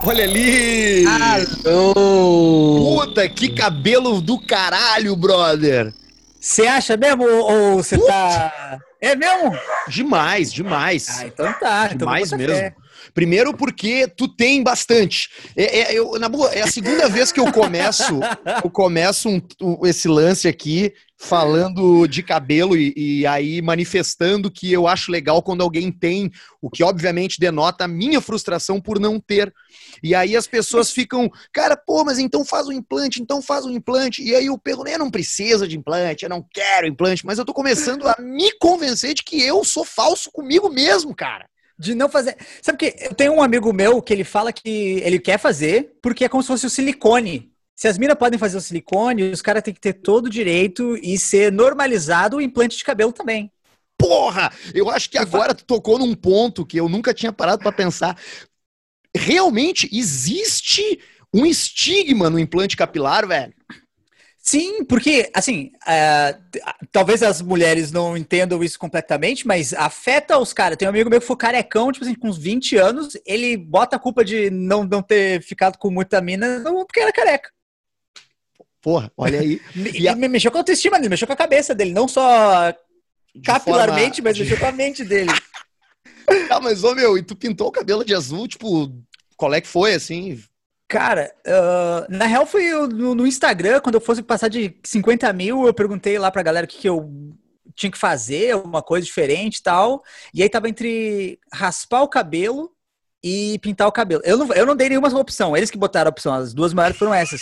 Olha ali! Alô! Puta, que cabelo do caralho, brother! Você acha mesmo ou você tá... É mesmo? Demais, demais. Ah, então tá. Então vou Demais botar mesmo. fé. Primeiro porque tu tem bastante. Na boa, é a segunda vez que eu começo esse lance aqui falando de cabelo e aí manifestando que eu acho legal quando alguém tem, o que obviamente denota a minha frustração por não ter. E aí as pessoas ficam, cara, pô, mas então faz um implante, então faz um implante. E aí eu pergunto, eu não preciso de implante, eu não quero implante, mas eu tô começando a me convencer de que eu sou falso comigo mesmo, cara. De não fazer. Sabe que eu tenho um amigo meu que ele fala que ele quer fazer porque é como se fosse o silicone. Se as minas podem fazer o silicone, os caras têm que ter todo o direito e ser normalizado o implante de cabelo também. Porra, eu acho que agora tu tocou num ponto que eu nunca tinha parado pra pensar. Realmente existe um estigma no implante capilar, velho. Sim, porque, assim, talvez as mulheres não entendam isso completamente, mas afeta os caras. Tem um amigo meu que foi carecão, tipo assim, com uns 20 anos, ele bota a culpa de não ter ficado com muita mina porque era careca. Porra, olha aí. E me mexeu com a autoestima dele, mexeu com a cabeça dele, não só capilarmente, mas mexeu com a mente dele. Ah, mas, ô meu, e tu pintou o cabelo de azul, tipo, qual é que foi, assim? Cara, na real foi no Instagram, quando eu fosse passar de 50 mil, eu perguntei lá pra galera o que eu tinha que fazer, alguma coisa diferente e tal. E aí tava entre raspar o cabelo e pintar o cabelo. Eu não dei nenhuma opção, eles que botaram a opção, as duas maiores foram essas.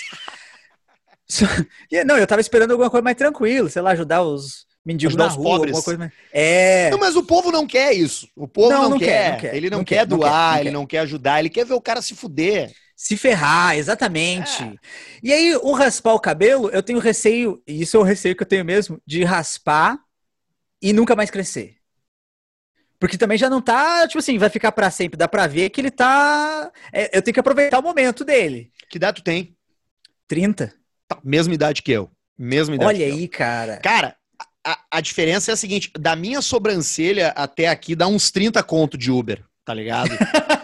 Não, eu tava esperando alguma coisa mais tranquila, sei lá, ajudar os mendigos Ajudar na os rua, pobres. alguma coisa mais. Não, mas o povo não quer isso. O povo não quer. Ele não quer doar, ele não quer ajudar, ele quer ver o cara se fuder. Se ferrar, exatamente. E aí, o raspar o cabelo, eu tenho receio, e isso é o receio que eu tenho mesmo, de raspar e nunca mais crescer. Porque também já não tá, tipo assim, vai ficar pra sempre. Dá pra ver que ele tá. Eu tenho que aproveitar o momento dele. Que idade tu tem? 30. Tá, mesma idade que eu. Mesma idade Olha que eu. aí, cara. Cara, a diferença é a seguinte: da minha sobrancelha até aqui dá uns 30 conto de Uber, tá ligado?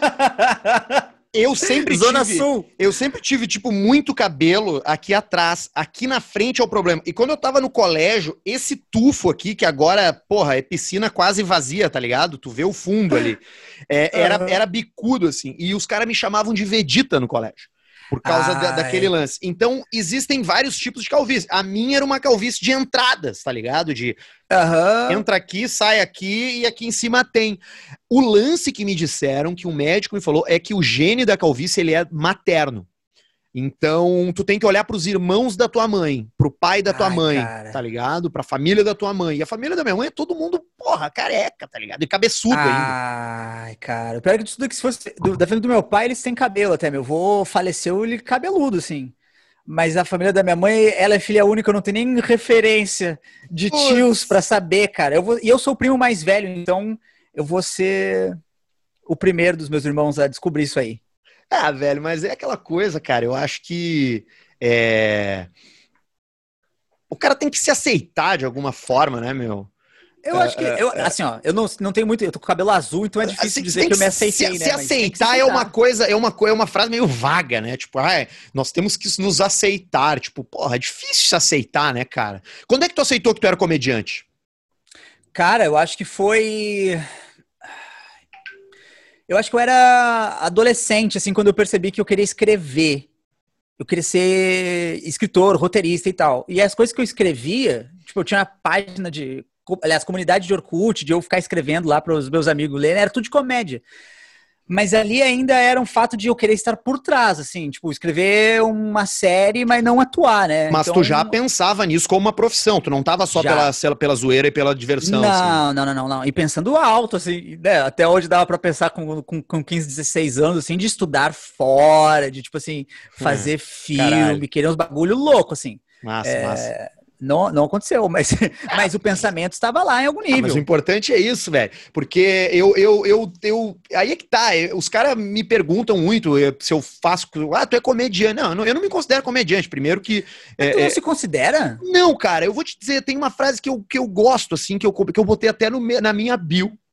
Zona Sul. Eu sempre tive, tipo, muito cabelo aqui atrás. Aqui na frente é o problema. E quando eu tava no colégio, esse tufo aqui, que agora, porra, é piscina quase vazia, tá ligado? Tu vê o fundo ali. Era bicudo, assim. E os caras me chamavam de Vegeta no colégio. Por causa daquele lance. Então, existem vários tipos de calvície. A minha era uma calvície de entradas, tá ligado? De entra aqui, sai aqui e aqui em cima tem. O lance que me disseram, que um médico me falou, é que o gene da calvície, ele é materno. Então, tu tem que olhar pros irmãos da tua mãe, pro pai da tua mãe, cara. tá ligado? Pra família da tua mãe. E a família da minha mãe é todo mundo, porra, careca, tá ligado? E cabeçudo ainda. Ai, cara. O pior é que tudo que se fosse da família do meu pai, eles têm cabelo até. Meu avô faleceu, ele cabeludo, assim. Mas a família da minha mãe, ela é filha única, eu não tenho nem referência de tios pra saber, cara. E eu sou o primo mais velho, então eu vou ser o primeiro dos meus irmãos a descobrir isso aí. Ah, velho, mas é aquela coisa, cara. Eu acho que o cara tem que se aceitar de alguma forma, né, meu? Eu acho que, assim, ó, eu não tenho muito, eu tô com cabelo azul, então é difícil dizer que eu me aceitei, né? Se aceitar é uma coisa, é uma frase meio vaga, né? Tipo, nós temos que nos aceitar. Tipo, porra, é difícil se aceitar, né, cara? Quando é que tu aceitou que tu era comediante? Cara, eu acho que foi. Eu acho que eu era adolescente, assim, quando eu percebi que eu queria escrever. Eu queria ser escritor, roteirista e tal. E as coisas que eu escrevia, tipo, eu tinha uma página aliás, comunidade de Orkut, de eu ficar escrevendo lá para os meus amigos lerem, era tudo de comédia. Mas ali ainda era um fato de eu querer estar por trás, assim, tipo, escrever uma série, mas não atuar, né? Mas então, tu já pensava nisso como uma profissão, tu não tava só pela zoeira e pela diversão, não, assim. não. E pensando alto, assim, né? Até hoje dava pra pensar com 15, 16 anos, assim, de estudar fora, de, tipo assim, fazer Caralho. filme, querer uns bagulho louco, assim. Massa. Não aconteceu, mas o pensamento estava lá em algum Mas o nível. importante é isso, velho. Porque aí é que tá. Os caras me perguntam muito se eu faço. Ah, tu é comediante. Não, eu não me considero comediante. Primeiro que. Mas tu não se considera? Não, cara, eu vou te dizer, tem uma frase que eu gosto, assim, que eu botei até na minha bio.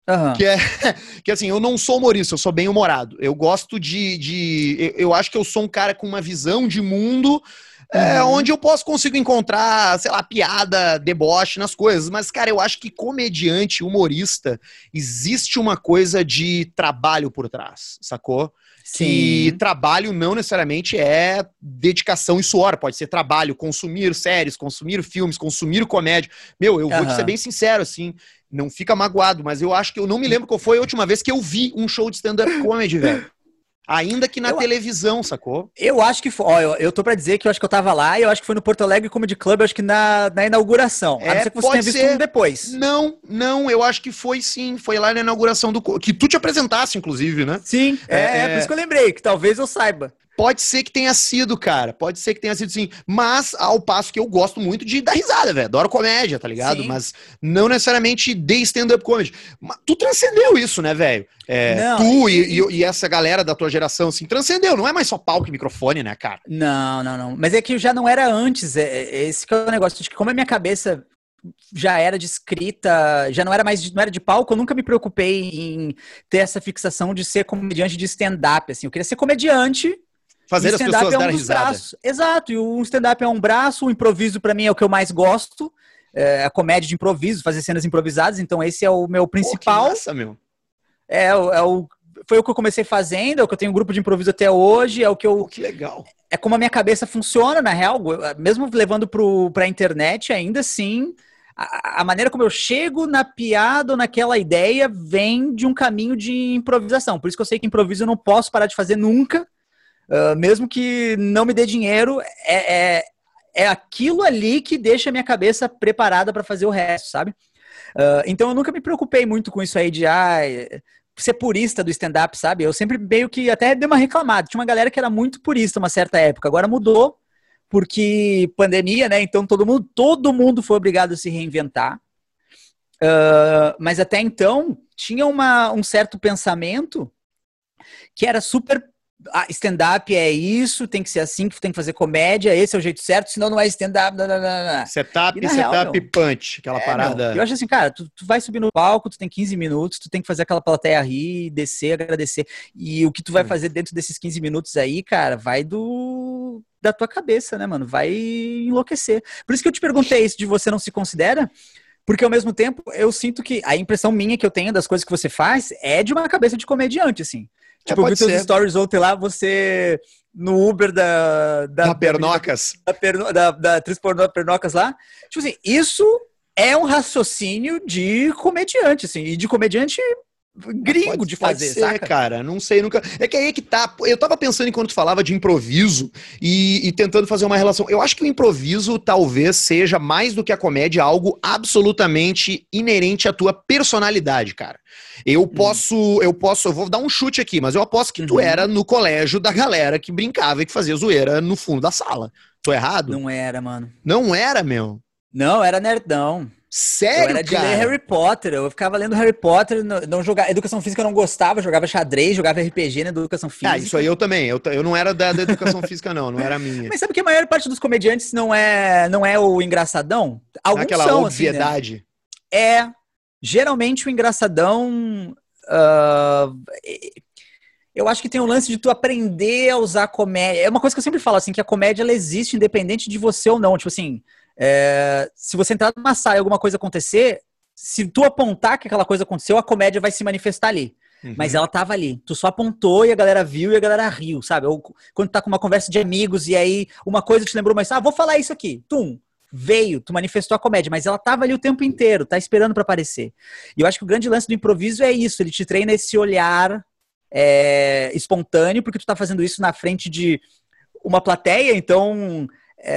Aham. Que é que assim, eu não sou humorista, eu sou bem humorado. Eu gosto eu acho que eu sou um cara com uma visão de mundo Uhum. onde eu consigo encontrar, sei lá, piada, deboche nas coisas. Mas, cara, eu acho que comediante, humorista, existe uma coisa de trabalho por trás, sacou? Que Sim. trabalho não necessariamente é dedicação e suor, pode ser trabalho, consumir séries, consumir filmes, consumir comédia. Meu, eu vou te ser bem Aham. sincero, assim, não fica magoado, mas eu acho que eu não me lembro qual foi a última vez que eu vi um show de stand-up comedy, velho. Ainda que na Eu, televisão, sacou? eu acho que foi. Ó, eu tô pra dizer que eu acho que eu tava lá e eu acho que foi no Porto Alegre Comedy Club, eu acho que na inauguração. A não ser que você tenha Pode visto um ser. depois. Não, eu acho que foi sim. Foi lá na inauguração que tu te apresentasse, inclusive, né? Sim, por isso É, que eu lembrei, que talvez eu saiba. Pode ser que tenha sido, cara. Pode ser que tenha sido sim. Mas, ao passo que eu gosto muito de dar risada, velho. Adoro comédia, tá ligado? Sim. Mas não necessariamente de stand-up comedy. Mas tu transcendeu isso, né, velho? Não, Tu e essa galera da tua geração, assim, transcendeu. Não é mais só palco e microfone, né, cara? não. Mas é que já não era antes. Esse que é o negócio. De que como a minha cabeça já era de escrita, já não era mais não era de palco, eu nunca me preocupei em ter essa fixação de ser comediante de stand-up. Assim, eu queria ser comediante. E Fazer as stand-up pessoas é um darem dos risada. braços. Exato, e o stand-up é um braço, o improviso pra mim é o que eu mais gosto. A comédia de improviso, fazer cenas improvisadas, então esse é o meu Pô, que principal. massa, meu. Foi o que eu comecei fazendo, é o que eu tenho um grupo de improviso até hoje, é o que Pô, eu. que legal. É como a minha cabeça funciona, na real, mesmo levando pra internet, ainda assim, a maneira como eu chego na piada ou naquela ideia vem de um caminho de improvisação. Por isso que eu sei que improviso eu não posso parar de fazer nunca. Mesmo que não me dê dinheiro, é aquilo ali que deixa a minha cabeça preparada para fazer o resto, sabe? Então eu nunca me preocupei muito com isso aí de ser purista do stand-up, sabe? Eu sempre meio que até dei uma reclamada. Tinha uma galera que era muito purista uma certa época, agora mudou, porque pandemia, né? Então todo mundo foi obrigado a se reinventar. Mas até então tinha um certo pensamento que era super stand-up é isso, tem que ser assim, que tem que fazer comédia, esse é o jeito certo, senão não é stand-up. E na real, Setup, meu, punch, aquela eu parada. acho assim, cara, tu vai subir no palco, tu tem 15 minutos, tu tem que fazer aquela plateia rir, descer, agradecer. E o que tu vai fazer dentro desses 15 minutos aí, cara, vai da tua cabeça, né, mano? Vai enlouquecer. Por isso que eu te perguntei isso de você não se considera, porque ao mesmo tempo eu sinto que a impressão minha que eu tenho das coisas que você faz é de uma cabeça de comediante, assim. Tipo, eu vi Pode teus ser. stories ontem lá, você no Uber Da Pernocas. da atriz pornô Pernocas lá. Tipo assim, isso é um raciocínio de comediante, assim, e de comediante gringo de Pode fazer, ser, saca? cara. Não sei nunca. É que aí é que tá. Eu tava pensando enquanto tu falava de improviso e tentando fazer uma relação. Eu acho que o improviso talvez seja mais do que a comédia algo absolutamente inerente à tua personalidade, cara. Eu vou dar um chute aqui, mas eu aposto que tu era Uhum. no colégio da galera que brincava e que fazia zoeira no fundo da sala. Tô errado? Não era, mano. Não era, meu. Não, era nerdão. Eu Sério, era de ler cara? Harry Potter, eu ficava lendo Harry Potter, não jogava, educação física eu não gostava, jogava xadrez, jogava RPG na educação Ah, isso aí física. eu também. Eu não era da educação física, não era minha. Mas sabe que a maior parte dos comediantes não é o engraçadão? Alguns Naquela são, assim, né? obviedade. É, geralmente o engraçadão. ah, eu acho que tem um lance de tu aprender a usar a comédia. É uma coisa que eu sempre falo, assim, que a comédia ela existe independente de você ou não. Tipo assim, se você entrar numa sala e alguma coisa acontecer, se tu apontar que aquela coisa aconteceu, a comédia vai se manifestar ali. Mas Uhum. ela tava ali. Tu só apontou e a galera viu e a galera riu, sabe? Ou quando tu tá com uma conversa de amigos e aí uma coisa te lembrou, mas vou falar isso aqui. Tum, veio, tu manifestou a comédia, mas ela tava ali o tempo inteiro, tá esperando pra aparecer. E eu acho que o grande lance do improviso é isso, ele te treina esse olhar espontâneo, porque tu tá fazendo isso na frente de uma plateia, então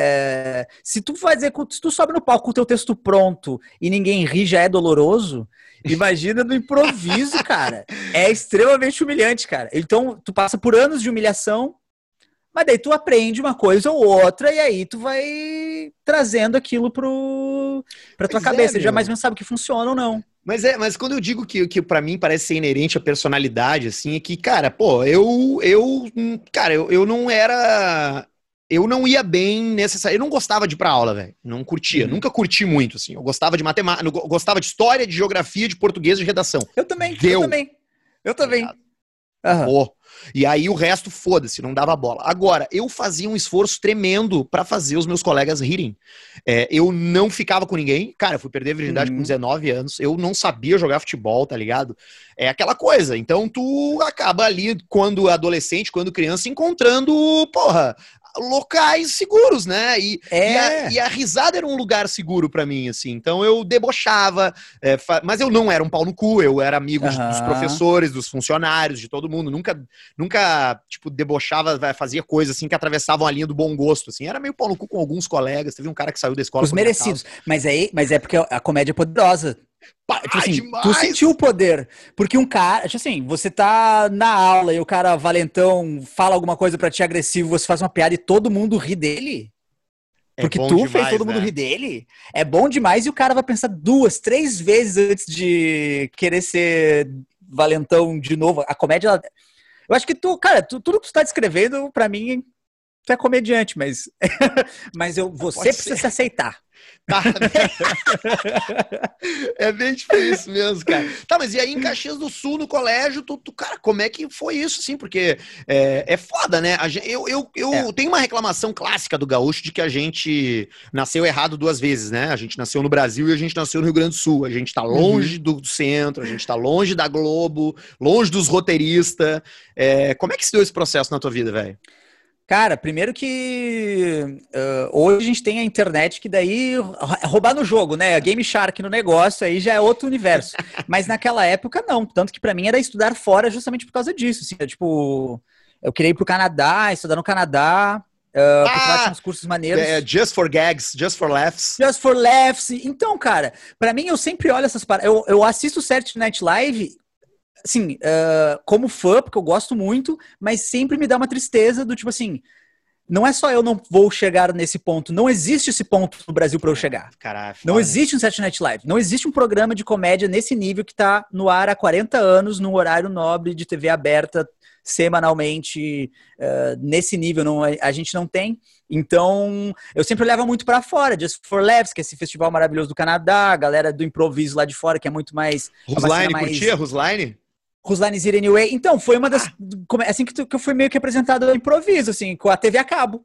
se tu sobe no palco com o teu texto pronto e ninguém ri, já é doloroso. Imagina no improviso, cara. É extremamente humilhante, cara. Então, tu passa por anos de humilhação, mas daí tu aprende uma coisa ou outra e aí tu vai trazendo aquilo pra tua Pois é, cabeça. Ele já mais ou meu. menos sabe o que funciona ou não. Mas quando eu digo que para mim parece ser inerente à personalidade, assim, é que, cara, pô, cara, eu não era. eu não ia bem necessariamente. Eu não gostava de ir pra aula, velho. Não curtia. Nunca curti muito, assim. Eu gostava de matemática, eu gostava de história, de geografia, de português e de redação. Eu também, Deu. Eu também. Acabou. E aí o resto, foda-se, não dava bola. Agora, eu fazia um esforço tremendo pra fazer os meus colegas rirem. Eu não ficava com ninguém. Cara, eu fui perder a virgindade com 19 anos. Eu não sabia jogar futebol, tá ligado? É aquela coisa. Então tu acaba ali, quando adolescente, quando criança, encontrando, porra, locais seguros, né? E a risada era um lugar seguro pra mim, assim. Então eu debochava, mas eu não era um pau no cu, eu era amigo dos professores, dos funcionários, de todo mundo. Nunca tipo, debochava, fazia coisas assim que atravessavam a linha do bom gosto, assim. Era meio pau no cu com alguns colegas. Teve um cara que saiu da escola. Os merecidos. Mas é porque a comédia é poderosa. Tipo assim, tu sentiu o poder. Porque um cara, tipo assim, você tá na aula e o cara valentão fala alguma coisa pra ti agressivo, você faz uma piada e todo mundo ri dele. Porque tu demais, fez todo mundo rir dele. É bom demais e o cara vai pensar 2, 3 vezes antes de querer ser valentão de novo. A comédia, eu acho que tudo que tu tá descrevendo, pra mim, tu é comediante, mas você precisa se aceitar. Tá. É bem difícil mesmo, cara. Tá, mas e aí em Caxias do Sul, no colégio, cara, como é que foi isso, assim? Porque é foda, né? Eu tenho uma reclamação clássica do gaúcho de que a gente nasceu errado 2 vezes, né? A gente nasceu no Brasil e a gente nasceu no Rio Grande do Sul. A gente tá longe do centro, a gente tá longe da Globo, longe dos roteiristas. Como é que se deu esse processo na tua vida, velho? Cara, primeiro que hoje a gente tem a internet que daí roubar no jogo, né? A Game Shark no negócio aí já é outro universo. Mas naquela época não, tanto que pra mim era estudar fora justamente por causa disso. Assim, eu queria ir pro Canadá, estudar no Canadá, porque lá tinha uns cursos maneiros. Just for gags, just for laughs. Just for laughs. Então, cara, pra mim eu sempre olho essas paradas. Eu assisto Saturday Night Live, assim, como fã, porque eu gosto muito, mas sempre me dá uma tristeza do tipo assim, não é só eu não vou chegar nesse ponto, não existe esse ponto no Brasil pra eu chegar. Caralho, não existe um Saturday Night Live, não existe um programa de comédia nesse nível que tá no ar há 40 anos, num horário nobre de TV aberta, semanalmente, nesse nível, a gente não tem. Então, eu sempre levo muito pra fora, Just for Laughs, que é esse festival maravilhoso do Canadá, a galera do improviso lá de fora, que é muito mais... Rusline, curtia Rusline? Rusline Zero Anyway. Então, foi uma das... Assim que eu fui meio que apresentado ao improviso, assim, com a TV a cabo.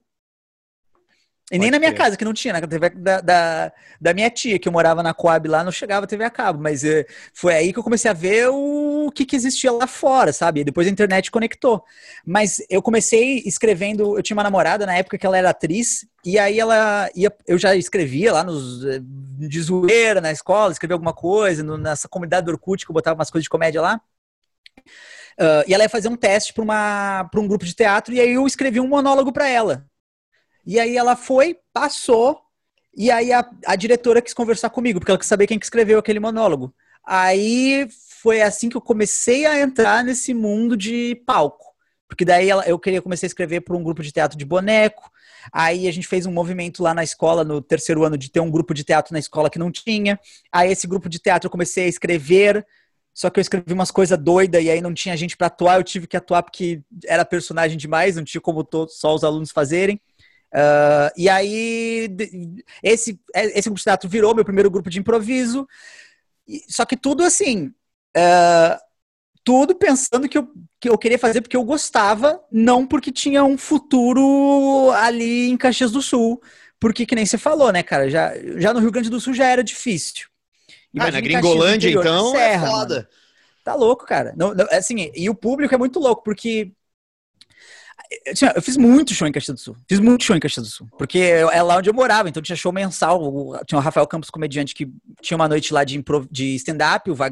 E nem na minha casa, que não tinha, na TV da minha tia, que eu morava na Coab lá, não chegava a TV a cabo, mas foi aí que eu comecei a ver o que existia lá fora, sabe? E depois a internet conectou. Mas eu comecei escrevendo, eu tinha uma namorada na época que ela era atriz, e aí eu já escrevia lá de zoeira na escola, escrevia alguma coisa, nessa comunidade do Orkut, que eu botava umas coisas de comédia lá. E ela ia fazer um teste para um grupo de teatro, e aí eu escrevi um monólogo para ela. E aí ela foi, passou, e aí a diretora quis conversar comigo, porque ela quis saber quem que escreveu aquele monólogo. Aí foi assim que eu comecei a entrar nesse mundo de palco. Porque daí comecei a escrever para um grupo de teatro de boneco. Aí a gente fez um movimento lá na escola, no 3º ano, de ter um grupo de teatro na escola que não tinha. Aí esse grupo de teatro eu comecei a escrever. Só que eu escrevi umas coisas doidas e aí não tinha gente pra atuar, eu tive que atuar porque era personagem demais, não tinha como só os alunos fazerem. E aí esse grupo de teatro virou meu primeiro grupo de improviso. Só que tudo assim, tudo pensando que eu queria fazer porque eu gostava, não porque tinha um futuro ali em Caxias do Sul. Porque que nem você falou, né, cara? Já no Rio Grande do Sul já era difícil. Na Gringolândia, interior, então, Serra, é foda. Mano. Tá louco, cara. Assim, e o público é muito louco, porque eu fiz muito show em Caxias do Sul. Porque é lá onde eu morava, então tinha show mensal. Tinha o Rafael Campos, comediante, que tinha uma noite lá de stand-up, o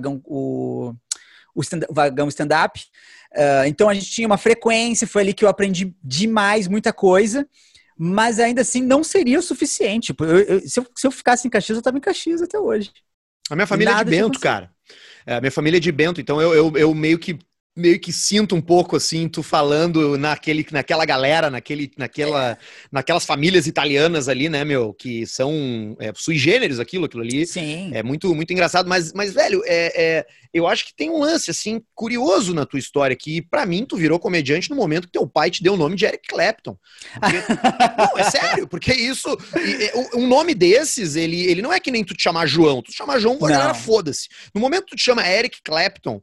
vagão stand-up. Então a gente tinha uma frequência, foi ali que eu aprendi demais, muita coisa. Mas ainda assim não seria o suficiente. Se eu ficasse em Caxias, eu tava em Caxias até hoje. A minha família é de Bento, cara. A minha família é de Bento, então eu meio que meio que sinto um pouco, assim, tu falando naquela galera, naquelas famílias italianas ali, né, meu, que são sui generis aquilo ali. Sim. É muito, muito engraçado, mas velho, eu acho que tem um lance, assim, curioso na tua história, que pra mim tu virou comediante no momento que teu pai te deu o nome de Eric Clapton. Não, é sério, porque isso, um nome desses, ele não é que nem tu te chamar João, tu te chamar João, a galera foda-se. No momento que tu te chama Eric Clapton,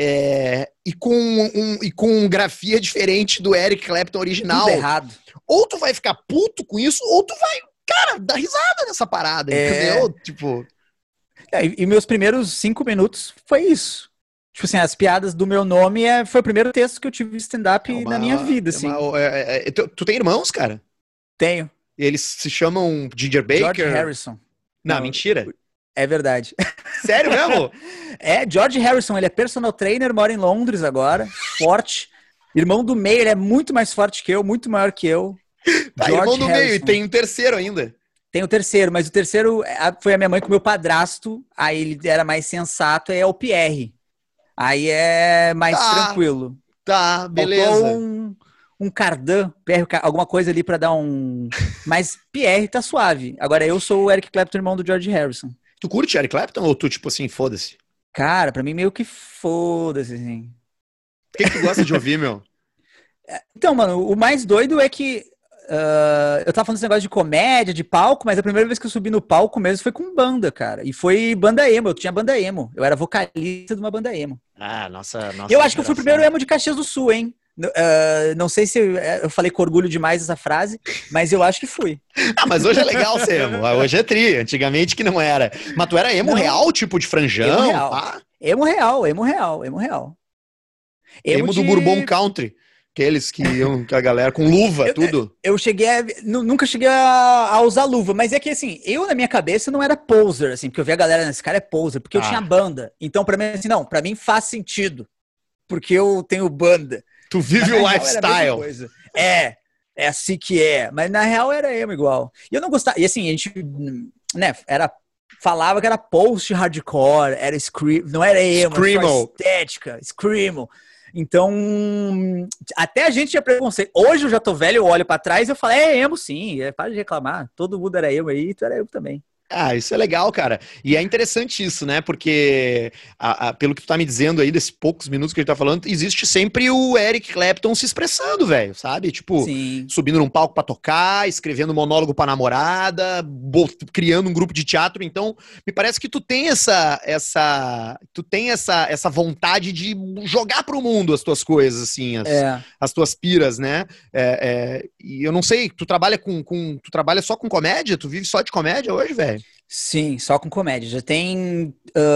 e com grafia diferente do Eric Clapton original. Tudo errado. Ou tu vai ficar puto com isso, ou tu vai, cara, dar risada nessa parada, entendeu? Tipo... E meus primeiros 5 minutos foi isso. Tipo assim, as piadas do meu nome foi o primeiro texto que eu tive stand-up na minha vida, assim. Tu tem irmãos, cara? Tenho. E eles se chamam Ginger Baker? George Harrison. Não, mentira. É verdade. Sério mesmo? George Harrison, ele é personal trainer, mora em Londres agora, forte. Irmão do meio, ele é muito mais forte que eu, muito maior que eu. Irmão do meio, e tem um terceiro ainda. Tem o terceiro, mas o terceiro foi a minha mãe com o meu padrasto, aí ele era mais sensato, é o Pierre. Aí é mais tranquilo. Tá, beleza. Faltou um cardan, alguma coisa ali pra dar um... Mas Pierre tá suave. Agora eu sou o Eric Clapton, irmão do George Harrison. Tu curte Eric Clapton ou tu, tipo assim, foda-se? Cara, pra mim meio que foda-se, assim. O que tu gosta de ouvir, meu? Então, mano, o mais doido é que eu tava falando desse negócio de comédia, de palco, mas a primeira vez que eu subi no palco mesmo foi com banda, cara. E foi banda emo, eu tinha banda emo. Eu era vocalista de uma banda emo. Ah, nossa. Eu acho que eu fui o primeiro emo de Caxias do Sul, hein? Não sei se eu falei com orgulho demais essa frase, mas eu acho que fui. Mas hoje é legal ser emo. Hoje é tri. Antigamente que não era. Mas tu era emo real, tipo de franjão? Emo real. Tá? Emo real. Emo do Bourbon Country. Aqueles que iam com a galera com luva, tudo. Eu nunca cheguei a usar luva, mas é que assim, eu na minha cabeça não era poser, assim, porque eu via a galera, esse cara é poser, porque eu tinha banda. Então pra mim, assim, não, pra mim faz sentido, porque eu tenho banda. Tu vive o lifestyle. É assim que é, mas na real era emo igual. E eu não gostava, e assim, a gente, né, falava que era post-hardcore, era scream, não era emo, era só estética, screamo. Então, até a gente tinha preconceito. Hoje eu já tô velho, eu olho pra trás e eu falo, emo sim, para de reclamar. Todo mundo era emo aí, tu era emo também. Isso é legal, cara. E é interessante isso, né? Porque, pelo que tu tá me dizendo aí, desses poucos minutos que a gente tá falando, existe sempre o Eric Clapton se expressando, velho, sabe? Tipo, subindo num palco pra tocar, escrevendo monólogo pra namorada, criando um grupo de teatro. Então, me parece que tu tem essa vontade de jogar pro mundo as tuas coisas, assim, as tuas piras, né? E eu não sei, tu trabalha tu trabalha só com comédia? Tu vive só de comédia hoje, velho? Sim, só com comédia. Já tem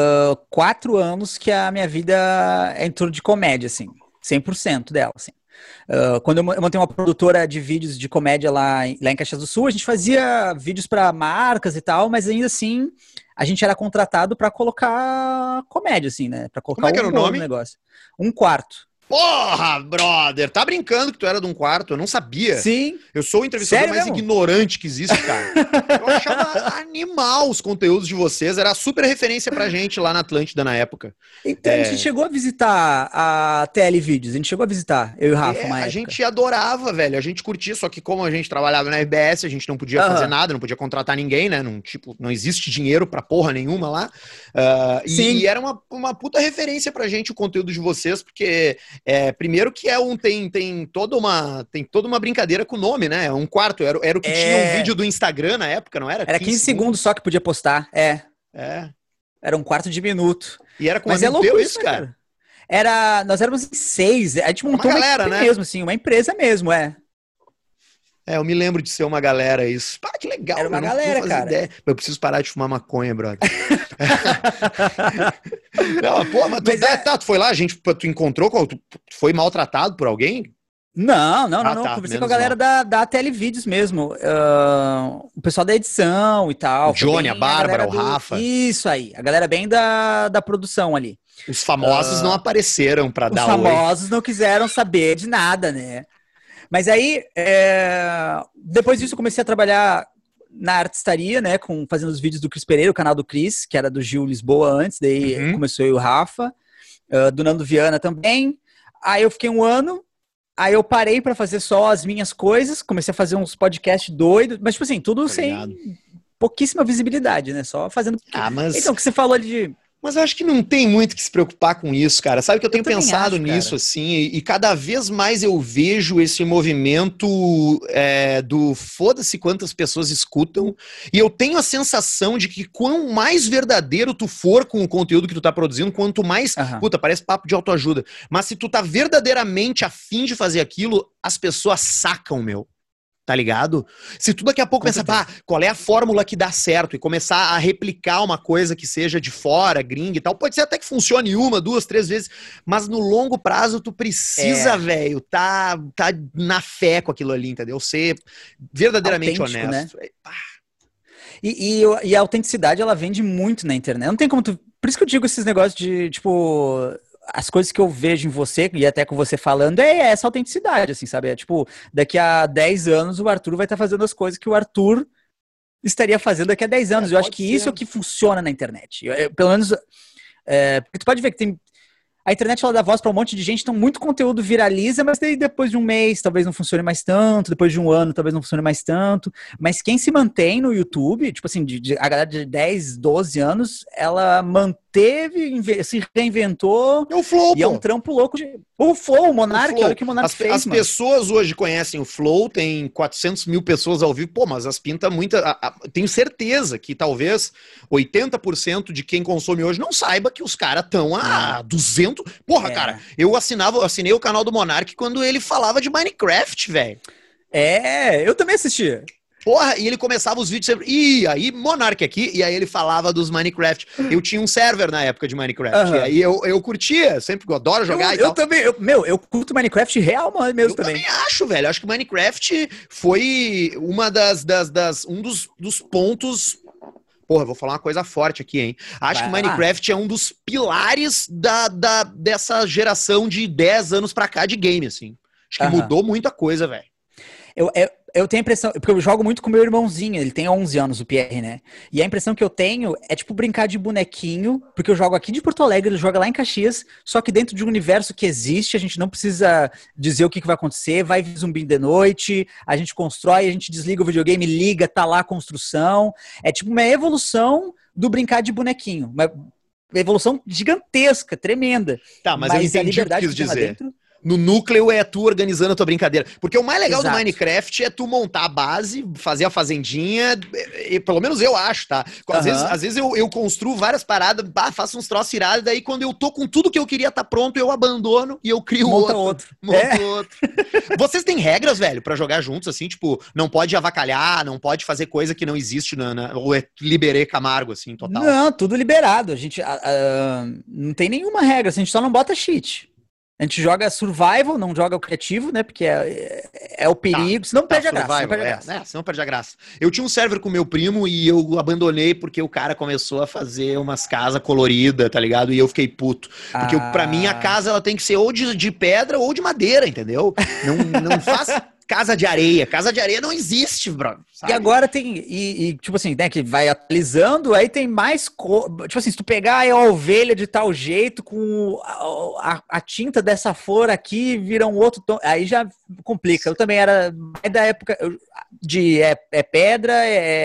4 anos que a minha vida é em torno de comédia, assim. 100% dela, assim. Quando eu montei uma produtora de vídeos de comédia lá em Caxias do Sul, a gente fazia vídeos para marcas e tal, mas ainda assim a gente era contratado para colocar comédia, assim, né? Para colocar o nome no negócio. Um Quarto. Porra, brother, tá brincando que tu era de um quarto? Eu não sabia. Sim. Eu sou o entrevistador mais ignorante que existe, cara. Eu achava animal os conteúdos de vocês, era super referência pra gente lá na Atlântida na época. Então, a gente chegou a visitar a TL Vídeos, a gente chegou a visitar, eu e o Rafa, uma época. A gente adorava, velho, a gente curtia, só que como a gente trabalhava na RBS, a gente não podia fazer nada, não podia contratar ninguém, né, não existe dinheiro pra porra nenhuma lá. E era uma puta referência pra gente o conteúdo de vocês, porque... primeiro que tem toda uma brincadeira com o nome, né? Um quarto, era o que tinha um vídeo do Instagram na época, não era? Era 15 segundos só que podia postar, Era um quarto de minuto. E era com um amigo teu isso, cara? Nós éramos em 6, a gente montou uma galera, né? Mesmo, assim, uma empresa mesmo, eu me lembro de ser uma galera isso. Pá, que legal. Era uma galera, cara. Ideia. Eu preciso parar de fumar maconha, brother. Não, pô, mas tu foi lá, tu encontrou, tu foi maltratado por alguém? Não. Conversei com a galera da Televídeos mesmo. O pessoal da edição e tal. O Johnny, a Bárbara, o Rafa. Isso aí. A galera bem da produção ali. Os famosos não apareceram pra dar oi. Os famosos não quiseram saber de nada, né? Mas aí, depois disso, eu comecei a trabalhar na artistaria, né? Fazendo os vídeos do Cris Pereira, o canal do Cris, que era do Gil Lisboa antes. Daí começou eu e o Rafa. Do Nando Viana também. Aí eu fiquei um ano, aí eu parei pra fazer só as minhas coisas, comecei a fazer uns podcasts doidos, mas tipo assim, tudo Tá sem ligado? pouquíssima visibilidade, né? Só fazendo. Mas Então, o que você falou ali de. Mas eu acho que não tem muito que se preocupar com isso, cara. Sabe que eu Eu tenho também pensado acho, nisso, cara. assim, e cada vez mais eu vejo esse movimento do foda-se quantas pessoas escutam, e eu tenho a sensação de que quanto mais verdadeiro tu for com o conteúdo que tu tá produzindo, quanto mais, Aham. puta, parece papo de autoajuda, mas se tu tá verdadeiramente afim de fazer aquilo, as pessoas sacam, meu. Tá ligado? Se tu daqui a pouco Com pensar, pá, certeza. qual é a fórmula que dá certo e começar a replicar uma coisa que seja de fora, gringa e tal, pode ser até que funcione uma, duas, três vezes, mas no longo prazo tu precisa, É velho, tá na fé com aquilo ali, entendeu? Ser verdadeiramente autêntico, né? honesto. E a autenticidade, ela vende muito na internet. Não tem como tu. Por isso que eu digo esses negócios de, tipo, as coisas que eu vejo em você, e até com você falando, é essa autenticidade, assim, sabe? É tipo, daqui a 10 anos o Arthur vai estar fazendo as coisas que o Arthur estaria fazendo daqui a 10 anos. Eu acho Pode que isso é o ser. que funciona na internet. Pelo menos. Porque tu pode ver que tem. A internet ela dá voz para um monte de gente, então muito conteúdo viraliza, mas daí depois de um mês talvez não funcione mais tanto, depois de um ano talvez não funcione mais tanto. Mas quem se mantém no YouTube, tipo assim, a galera de 10, 12 anos, ela manteve, se reinventou É o Flow, e é um pô. trampo louco. O Flow, o O Monark, olha o Flow. que o Monark As fez, mano. pessoas hoje conhecem o Flow, tem 400 mil pessoas ao vivo, pô, mas as pinta muita. Tenho certeza que talvez 80% de quem consome hoje não saiba que os caras estão a 200. Porra, cara, É. eu assinei o canal do Monark quando ele falava de Minecraft, velho. Eu também assistia. Porra, e ele começava os vídeos sempre. E aí, Monark aqui, e aí ele falava dos Minecraft. Eu tinha um server na época de Minecraft, e Aham. aí eu curtia, sempre que eu adoro jogar e Eu tal. também, eu curto Minecraft real mano, mesmo Eu também também. acho, velho. Acho que Minecraft foi uma dos pontos. Porra, eu vou falar uma coisa forte aqui, hein? Acho que Vai lá. Minecraft é um dos pilares dessa geração de 10 anos pra cá de game, assim. Acho que Aham. mudou muita coisa, velho. Eu tenho a impressão, porque eu jogo muito com meu irmãozinho, ele tem 11 anos, o Pierre, né? E a impressão que eu tenho é tipo brincar de bonequinho, porque eu jogo aqui de Porto Alegre, ele joga lá em Caxias, só que dentro de um universo que existe, a gente não precisa dizer o que vai acontecer, vai vir zumbi de noite, a gente constrói, a gente desliga o videogame, liga, tá lá a construção. É tipo uma evolução do brincar de bonequinho, uma evolução gigantesca, tremenda. Tá, mas eu Mas a entendi o que tu liberdade quis que tem lá dizer. dentro, No núcleo é tu organizando a tua brincadeira. Porque o mais legal do exato. Minecraft é tu montar a base, fazer a fazendinha, e pelo menos eu acho, tá? Aham. Às vezes eu construo várias paradas, faço uns troços irados, daí quando eu tô com tudo que eu queria tá pronto, eu abandono e eu crio Monta outro. outro. Monto outro. Vocês têm regras, velho, pra jogar juntos, assim? Tipo, não pode avacalhar, não pode fazer coisa que não existe ou é Liberê Camargo, assim, total. Não, tudo liberado. A gente não tem nenhuma regra, a gente só não bota cheat. A gente joga survival, não joga o criativo, né? Porque é o Tá, perigo, senão tá, perde a graça. Senão survival, perde a graça. senão perde a graça. Eu tinha um server com meu primo e eu abandonei porque o cara começou a fazer umas casas coloridas, tá ligado? E eu fiquei puto. Porque pra mim a Ah, casa ela tem que ser ou de pedra ou de madeira, entendeu? Não faz casa de areia. Casa de areia não existe, bro, e sabe? agora tem, tipo assim, né, que vai atualizando, aí tem mais, tipo assim, se tu pegar a ovelha de tal jeito, com a tinta dessa flor aqui, vira um outro tom, aí já complica. Eu também era mais da época de pedra,